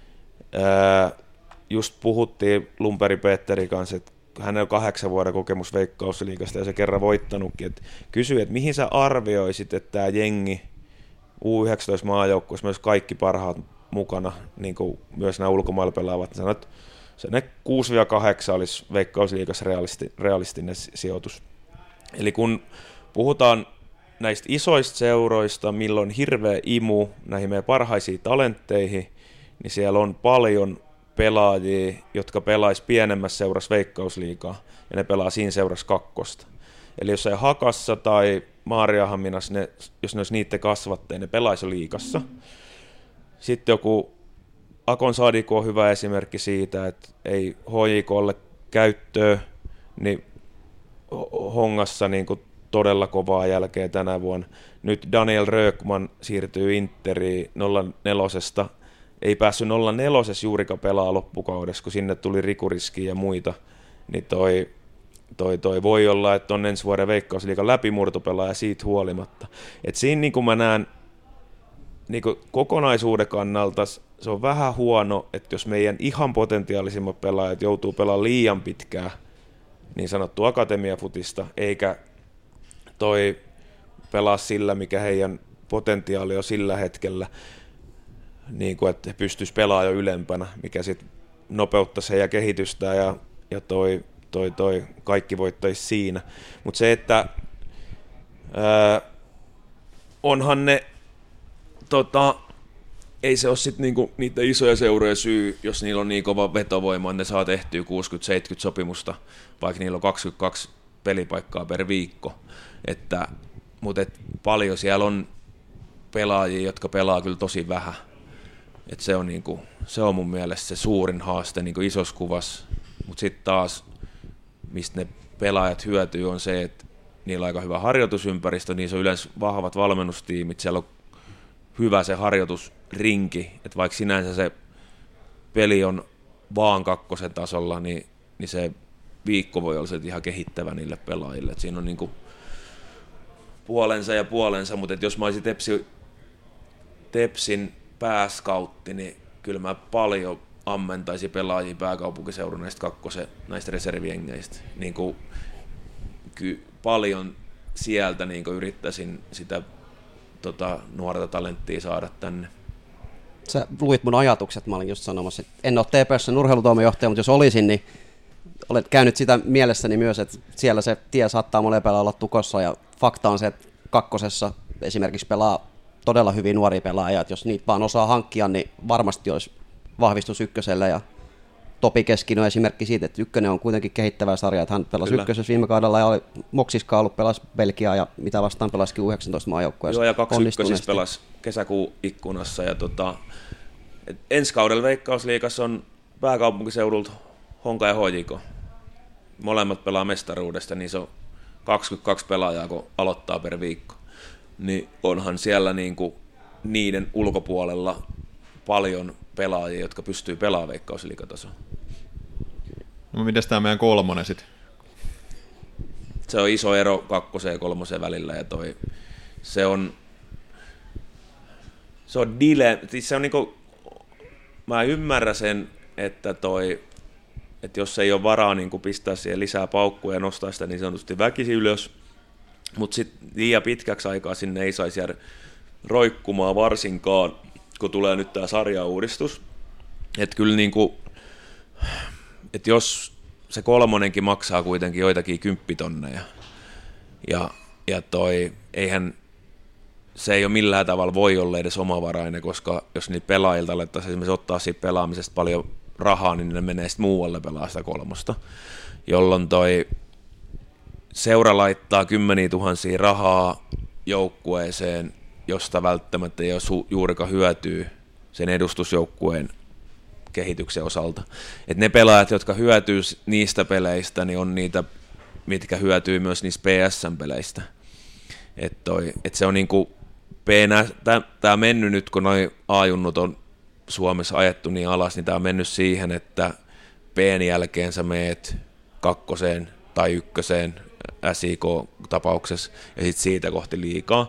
[SPEAKER 4] just puhuttiin Lumperi Petteri kanssa, että hänellä on 8 vuoden kokemus Veikkausliigasta ja se kerran voittanutkin. Et kysyi, että mihin sä arvioisit, että tämä jengi U19-maajoukkueessa myös kaikki parhaat mukana, niin kuin myös nämä ulkomailla pelaavat, niin sanoit, se ne 6-8 olisi Veikkausliigassa realistinen sijoitus. Eli kun puhutaan näistä isoista seuroista, milloin hirveä imu näihin meidän parhaisiin talentteihin, niin siellä on paljon pelaajia, jotka pelaisi pienemmässä seurassa Veikkausliigaa, ja ne pelaa siinä seurassa kakkosta. Eli jos ei Hakassa tai Maarianhaminassa, jos ne olisi niiden kasvatteja, ne pelaisi jo liigassa. Sitten joku Akon Sadiku on hyvä esimerkki siitä, että ei HJK:lle käyttöä, niin Hongassa niin kuin todella kovaa jälkeä tänä vuonna. Nyt Daniel Rökman siirtyy Interiin 04. Ei päässyt 04 juurikaan pelaa loppukaudessa, kun sinne tuli rikuriskiä ja muita. Niin toi voi olla, että on ensi vuoden Veikkausliigan läpimurtopelaaja siitä huolimatta. Et siinä niin kuin mä näen niin kuin kokonaisuuden kannalta se on vähän huono, että jos meidän ihan potentiaalisimmat pelaajat joutuu pelaamaan liian pitkään niin sanottu akatemiafutista, eikä toi pelaa sillä, mikä heidän potentiaali on sillä hetkellä, niin kuin, että he pystyisi pelaamaan jo ylempänä, mikä sitten nopeuttaisi heidän kehitystään ja toi kaikki voittaisi siinä. Mutta se, että onhan ne ei se ole sitten niinku niitä isoja seuroja syy, jos niillä on niin kova vetovoima, että ne saa tehtyä 60-70 sopimusta, vaikka niillä on 22 pelipaikkaa per viikko. Mutta paljon siellä on pelaajia, jotka pelaa kyllä tosi vähän. Et se on mun mielestä se suurin haaste niinku isossa kuvassa. Mutta sitten taas, mistä ne pelaajat hyötyy, on se, että niillä on aika hyvä harjoitusympäristö, niissä on yleensä vahvat valmennustiimit, siellä on hyvä se harjoitusrinki, että vaikka sinänsä se peli on vaan kakkosen tasolla, niin se viikko voi olla ihan kehittävä niille pelaajille. Et siinä on niinku puolensa ja puolensa, mutta jos mä olisin Tepsin pääskautti, niin kyllä mä paljon ammentaisin pelaajia pääkaupunkiseudun näistä reserviengeistä. Niinku, paljon sieltä niinku yrittäisin sitä nuorta talenttia saada tänne.
[SPEAKER 3] Sä luit mun ajatukset, mä olin just sanomassa, että en ole TPS:n urheilutoimenjohtaja, mutta jos olisin, niin olet käynyt sitä mielessäni myös, että siellä se tie saattaa molempia olla tukossa, ja fakta on se, että kakkosessa esimerkiksi pelaa todella hyvin nuoria pelaajia, että jos niitä vaan osaa hankkia, niin varmasti olisi vahvistus ykköselle ja Topi Keskinen on esimerkki siitä, että ykkönen on kuitenkin kehittävä sarja, että hän pelasi ykkösessä viime kaudella ja oli Moksiskaan ollut, pelasi Belgiaa ja mitä vastaan pelasikin U19 maajoukkueessa.
[SPEAKER 4] Joo, ja 2 ykkösissä pelasi kesäkuun ikkunassa ja ensi kaudella Veikkausliigassa on pääkaupunkiseudulta Honka ja HJK. Molemmat pelaa mestaruudesta, niin se on 22 pelaajaa, kun aloittaa per viikko. Niin onhan siellä niinku niiden ulkopuolella paljon pelaajia, jotka pystyy pelaamaan Veikkausliigatasolla.
[SPEAKER 2] No mites tää meidän kolmonen sit?
[SPEAKER 4] Se on iso ero 2 ja 3 välillä ja se on niinku, mä ymmärrän sen, että että jos ei ole varaa niin pistää siihen lisää paukkuja ja nostaa sitä niin sanotusti väkisin ylös, mutta sitten liian pitkäksi aikaa sinne ei saisi jäädä roikkumaan varsinkaan, kun tulee nyt tämä sarjauudistus. Että kyllä niinku, että jos se kolmonenkin maksaa kuitenkin joitakin 10 tonneja ja eihän se ei ole millään tavalla voi olla edes omavarainen, koska jos niitä pelaajilta alettaisiin esimerkiksi ottaa siitä pelaamisesta paljon rahaa, niin ne menee sitten muualle pelaa sitä 3, jolloin seura laittaa 10 000 rahaa joukkueeseen, josta välttämättä ei ole juurikaan hyötyy sen edustusjoukkueen kehityksen osalta. Et ne pelaajat, jotka hyötyy niistä peleistä, niin on niitä, mitkä hyötyy myös niistä PSN-peleistä. Et se on niinku tämä mennyt nyt, kun noi A-junnut on Suomessa ajettu niin alas, niin tämä on mennyt siihen, että P:n jälkeen sä meet 2 tai 1 SIK-tapauksessa ja sitten siitä kohti liigaa.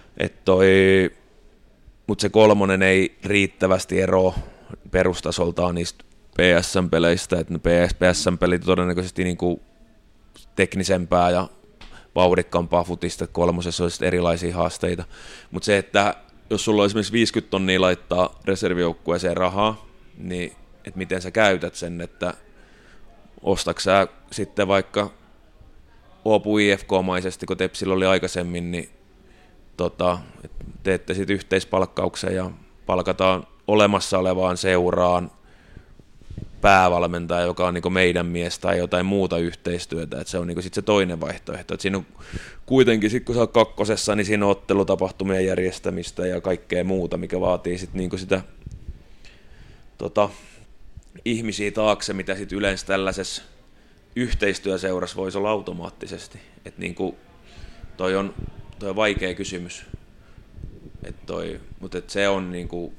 [SPEAKER 4] Mutta se 3 ei riittävästi eroa perustasoltaan niistä PSN-peleistä, että PSN-pelit on todennäköisesti niinku teknisempää ja vauhdikkaampaa futista, että 3 olisi erilaisia haasteita. Mutta se, että jos sulla on esimerkiksi 50 tonnia laittaa reservijoukkueeseen rahaa, niin että miten sä käytät sen, että ostatko sä sitten vaikka Åbo IFK-maisesti, kun Tepsillä oli aikaisemmin, niin teette sitten yhteispalkkauksen ja palkataan olemassa olevaan seuraan päävalmentaja, joka on niinku meidän mies tai jotain muuta yhteistyötä, että se on niinku sit se toinen vaihtoehto. Et siinä on kuitenkin, sit kun sä oot 2, niin siinä on ottelutapahtumien järjestämistä ja kaikkea muuta, mikä vaatii sit niinku sitä ihmisiä taakse, mitä sit yleensä tällaisessa yhteistyöseurassa voisi olla automaattisesti. Et niinku, toi on vaikea kysymys, mutta se on niinku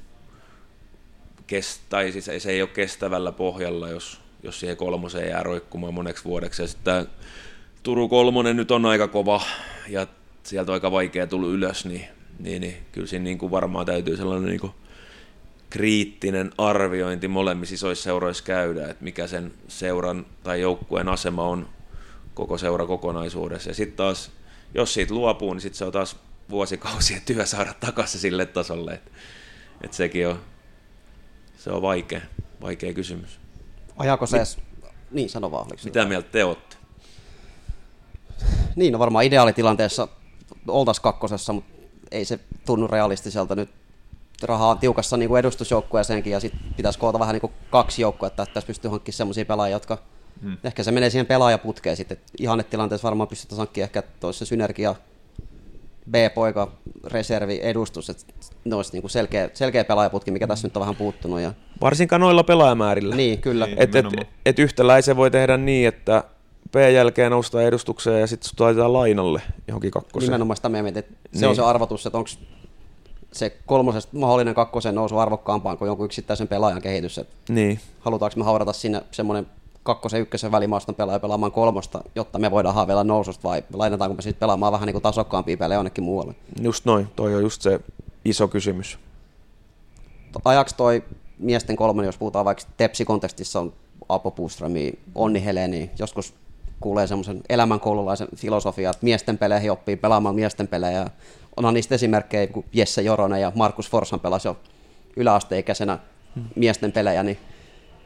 [SPEAKER 4] siis se ei ole kestävällä pohjalla, jos siihen 3 jää roikkumaan moneksi vuodeksi. Ja sitten Turun 3 nyt on aika kova ja sieltä on aika vaikea tulla ylös, niin kyllä siinä niin kuin varmaan täytyy sellainen niin kuin kriittinen arviointi molemmissa isoissa seuroissa käydä, että mikä sen seuran tai joukkueen asema on koko seura kokonaisuudessa. Ja sitten taas, jos siitä luopuu, niin sitten se on taas vuosikausien työ saada takaisin sille tasolle, että sekin on. Se on vaikea kysymys.
[SPEAKER 3] Ajako se niin, sano vaan.
[SPEAKER 4] Mitä mieltä te olette?
[SPEAKER 3] Niin, no varmaan ideaalitilanteessa oltaisiin 2, mutta ei se tunnu realistiselta nyt. Rahaa on tiukassa niin kuin edustusjoukkueeseenkin ja sitten pitäisi koota vähän niin kuin 2 joukkuetta, että tässä pystyy hankkimaan sellaisia pelaajia, jotka ehkä se menee siihen pelaajaputkeen sitten. Ihannetilanteessa varmaan pystytään hankkimaan ehkä toisen synergia B-poika, reservi, edustus, että ne olisi niinku selkeä pelaajaputki, mikä tässä nyt on vähän puuttunut. Ja
[SPEAKER 4] varsinkaan noilla pelaajamäärillä.
[SPEAKER 3] Niin, kyllä.
[SPEAKER 4] Et yhtäläisen voi tehdä niin, että P-jälkeen noustaan edustukseen ja sitten laitetaan lainalle johonkin 2.
[SPEAKER 3] Nimenomaan sitä mietin, että se on se arvotus, että onko se 3 mahdollinen 2 nousu arvokkaampaan kuin jonkun yksittäisen pelaajan kehitys.
[SPEAKER 4] Niin.
[SPEAKER 3] Halutaanko me haudata sinne semmoinen 2 ja 1 välimaaston pelaaja pelaamaan 3, jotta me voidaan haaveilla noususta, vai lainataanko me sitten pelaamaan vähän niin kuin tasokkaampia pelejä jonnekin muualle? Just
[SPEAKER 4] noin, toi on just se iso kysymys.
[SPEAKER 3] Ajaksi toi miesten 3, jos puhutaan vaikka Tepsi-kontekstissa, on Apo Puströmi, Onni Heleni, joskus kuulee semmoisen elämänkoululaisen filosofian, että miesten peleihin oppii pelaamaan miesten pelejä. Onhan niistä esimerkkejä, kun Jesse Joronen ja Markus Forsman pelasi jo yläasteikäisenä miesten pelejä, niin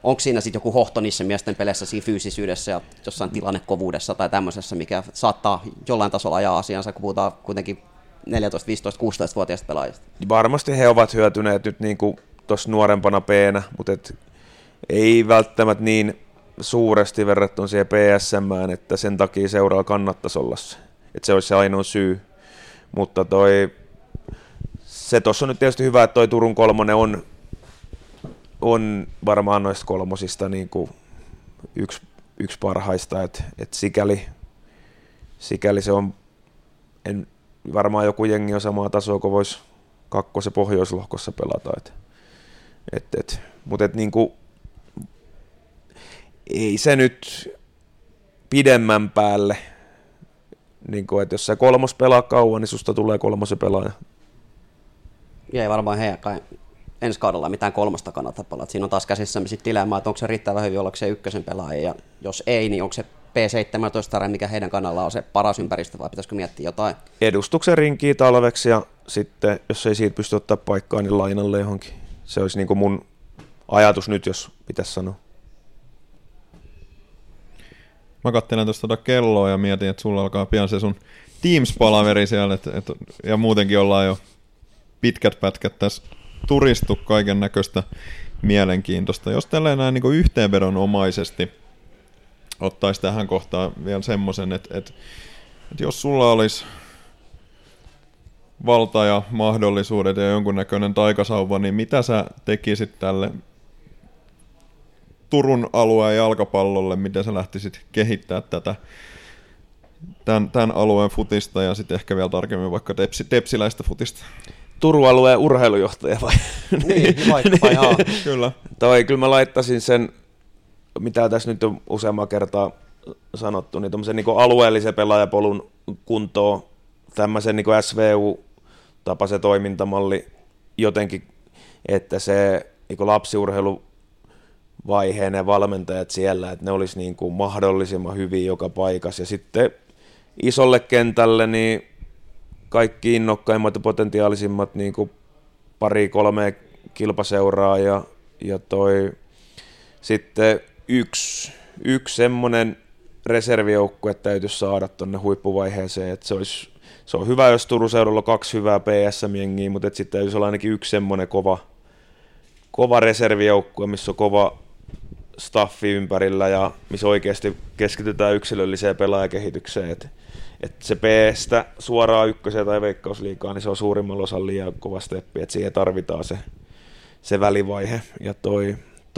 [SPEAKER 3] onko siinä sitten joku hohto niissä miesten peleissä siinä fyysisyydessä ja jossain tilannekovuudessa tai tämmöisessä, mikä saattaa jollain tasolla ajaa asiansa, kun puhutaan kuitenkin 14, 15, 16-vuotiaista pelaajista?
[SPEAKER 5] Varmasti he ovat hyötyneet nyt niin tuossa nuorempana P-nä, mutta ei välttämättä niin suuresti verrattuna siihen PSM:ään, että sen takia seuraa kannattaisi olla se. Että se olisi se ainoa syy. Mutta se tuossa on nyt tietysti hyvä, että toi Turun 3 on varmaan noista kolmosista niin kuin yksi parhaista, että sikäli se on, varmaan joku jengi on samaa tasoa, kun voisi kakkosen pohjoislohkossa pelata. Mutta niin kuin, ei se nyt pidemmän päälle, niin kuin, että jos sä kolmos pelaa kauan, niin susta tulee kolmosen pelaaja.
[SPEAKER 3] Ja ei varmaan heidänkään ensi kaudella mitään kolmosta kannata pelata. Siinä on taas käsissämme sitten dilemma, että onko se riittävän hyvin ollakseen ykkösen pelaaja, ja jos ei, niin onko se P17, mikä heidän kannallaan on se paras ympäristö, vai pitäisikö miettiä jotain?
[SPEAKER 5] Edustuksen rinkiä talveksi, ja sitten jos ei siitä pysty ottaa paikkaa, niin lainalle johonkin. Se olisi niin kuin mun ajatus nyt, jos pitäisi sanoa.
[SPEAKER 2] Mä katselen tuosta kelloa ja mietin, että sulla alkaa pian se sun Teams-palaveri siellä, ja muutenkin ollaan jo pitkät pätkät tässä turistu kaiken näköistä mielenkiintoista. Jos tälleen näin niin yhteenvedonomaisesti ottaisi tähän kohtaan vielä semmoisen, että jos sulla olisi valta ja mahdollisuudet ja jonkunnäköinen taikasauva, niin mitä sä tekisit tälle Turun alueen jalkapallolle, miten sä lähtisit kehittämään tämän alueen futista ja sitten ehkä vielä tarkemmin vaikka tepsiläistä futista?
[SPEAKER 5] Turun alueen urheilujohtaja vai?
[SPEAKER 3] Niin, vaikkapa joo.
[SPEAKER 2] Kyllä.
[SPEAKER 5] Kyllä mä laittaisin sen, mitä tässä nyt on useamman kertaa sanottu, niin tuommoisen niin alueellisen pelaajapolun kuntoon, tämmöisen niin SVU-tapaisen toimintamalli jotenkin, että se niin lapsiurheiluvaiheen ja valmentajat siellä, että ne olisi niin kuin mahdollisimman hyviä joka paikassa. Ja sitten isolle kentälle niin kaikki innokkaimmat ja potentiaalisimmat niin kuin 2-3 kilpaseuraa ja sitten yksi semmoinen reservijoukkue täytyisi saada tuonne huippuvaiheeseen, että se on hyvä, jos Turun seudulla on 2 hyvää PSM-jengiä, mutta sitten täytyisi olla ainakin yksi semmoinen kova reservijoukkue, missä on kova staffi ympärillä ja missä oikeasti keskitytään yksilölliseen pelaajakehitykseen, että se P-stä suoraan ykköseen tai Veikkausliigaan, niin se on suurimmalla osalla liian kova steppi, että siihen tarvitaan se välivaihe ja toi.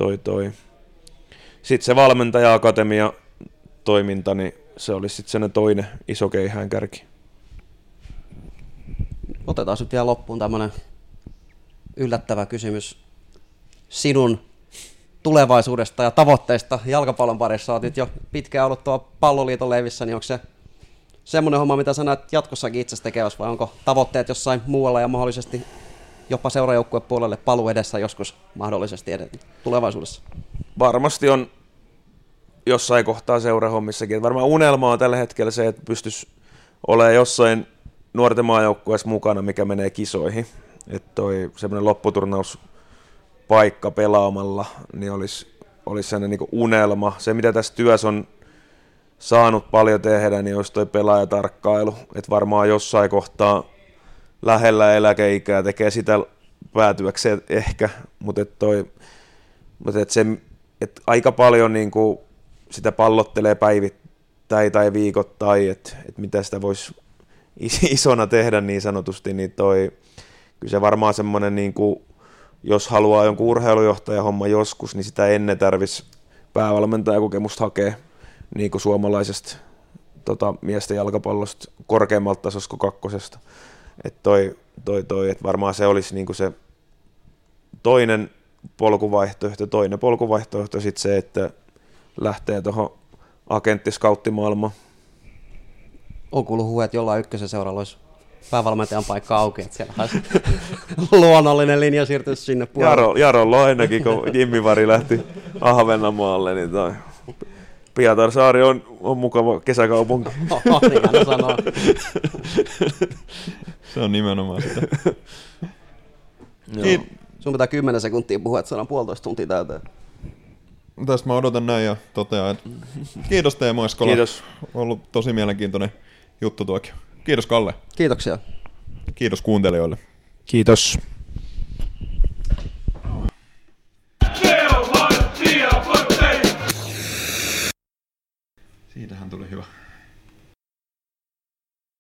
[SPEAKER 5] Sitten se valmentaja-akatemia toiminta, niin se olisi sitten sen toinen iso keihäänkärki.
[SPEAKER 3] Otetaan nyt vielä loppuun tämmöinen yllättävä kysymys sinun tulevaisuudesta ja tavoitteista jalkapallon parissa. Olet nyt jo pitkään ollut tuolla Palloliiton leivissä, niin onko se semmoinen homma, mitä sä näet jatkossakin itse tekevässä, vai onko tavoitteet jossain muualla ja mahdollisesti jopa seurajoukkuepuolelle paluu edessä joskus mahdollisesti tulevaisuudessa?
[SPEAKER 5] Varmasti on jossain kohtaa seurahommissakin. Varmaan unelma on tällä hetkellä se, että pystyisi olemaan jossain nuorten maajoukkueessa mukana, mikä menee kisoihin. Että toi semmoinen lopputurnauspaikka pelaamalla niin olisi sellainen niin kuin unelma. Se, mitä tässä työssä on saanut paljon tehdä, niin olisi toi pelaajatarkkailu. Että varmaan jossain kohtaa lähellä eläkeikää tekee sitä päätyäkseen ehkä, mutta aika paljon niin kuin sitä pallottelee päivittäin tai viikoittain, että mitä sitä voisi isona tehdä niin sanotusti, niin kyllä se varmaan semmoinen, niin kuin, jos haluaa jonkun urheilujohtajahomma joskus, niin sitä ennen tarvitsisi päävalmentajakokemusta hakea niin kuin suomalaisesta miesten jalkapallosta korkeammalta tasosta kuin kakkosesta. Että että varmaan se olisi niin kuin se toinen polkuvaihtoehto. Toinen polkuvaihtoehto sitten se, että lähtee tuohon agenttiskauttimaailmaan.
[SPEAKER 3] On kuullut huuja, että jollain ykkösen seuralla olisi päävalmentajan paikka auki, että siellä olisi luonnollinen linja siirtyä sinne puolelle.
[SPEAKER 5] Jarolla ainakin, kun Jimmy Vari lähti Ahvenanmaalle, niin Pietarsaari on mukava kesäkaupunki.
[SPEAKER 3] Niin hän sanoo.
[SPEAKER 2] Se on nimenomaan sitä.
[SPEAKER 3] Sun pitää 10 sekuntia puhua, että saadaan 1,5 tuntia täyteen.
[SPEAKER 2] tästä mä odotan näin ja totean, että kiitos Teemu Eskola.
[SPEAKER 5] Kiitos.
[SPEAKER 2] Ollut tosi mielenkiintoinen juttu tuokin. Kiitos Kalle.
[SPEAKER 3] Kiitoksia.
[SPEAKER 2] Kiitos kuuntelijoille.
[SPEAKER 5] Kiitos.
[SPEAKER 2] Siitähän tuli hyvä.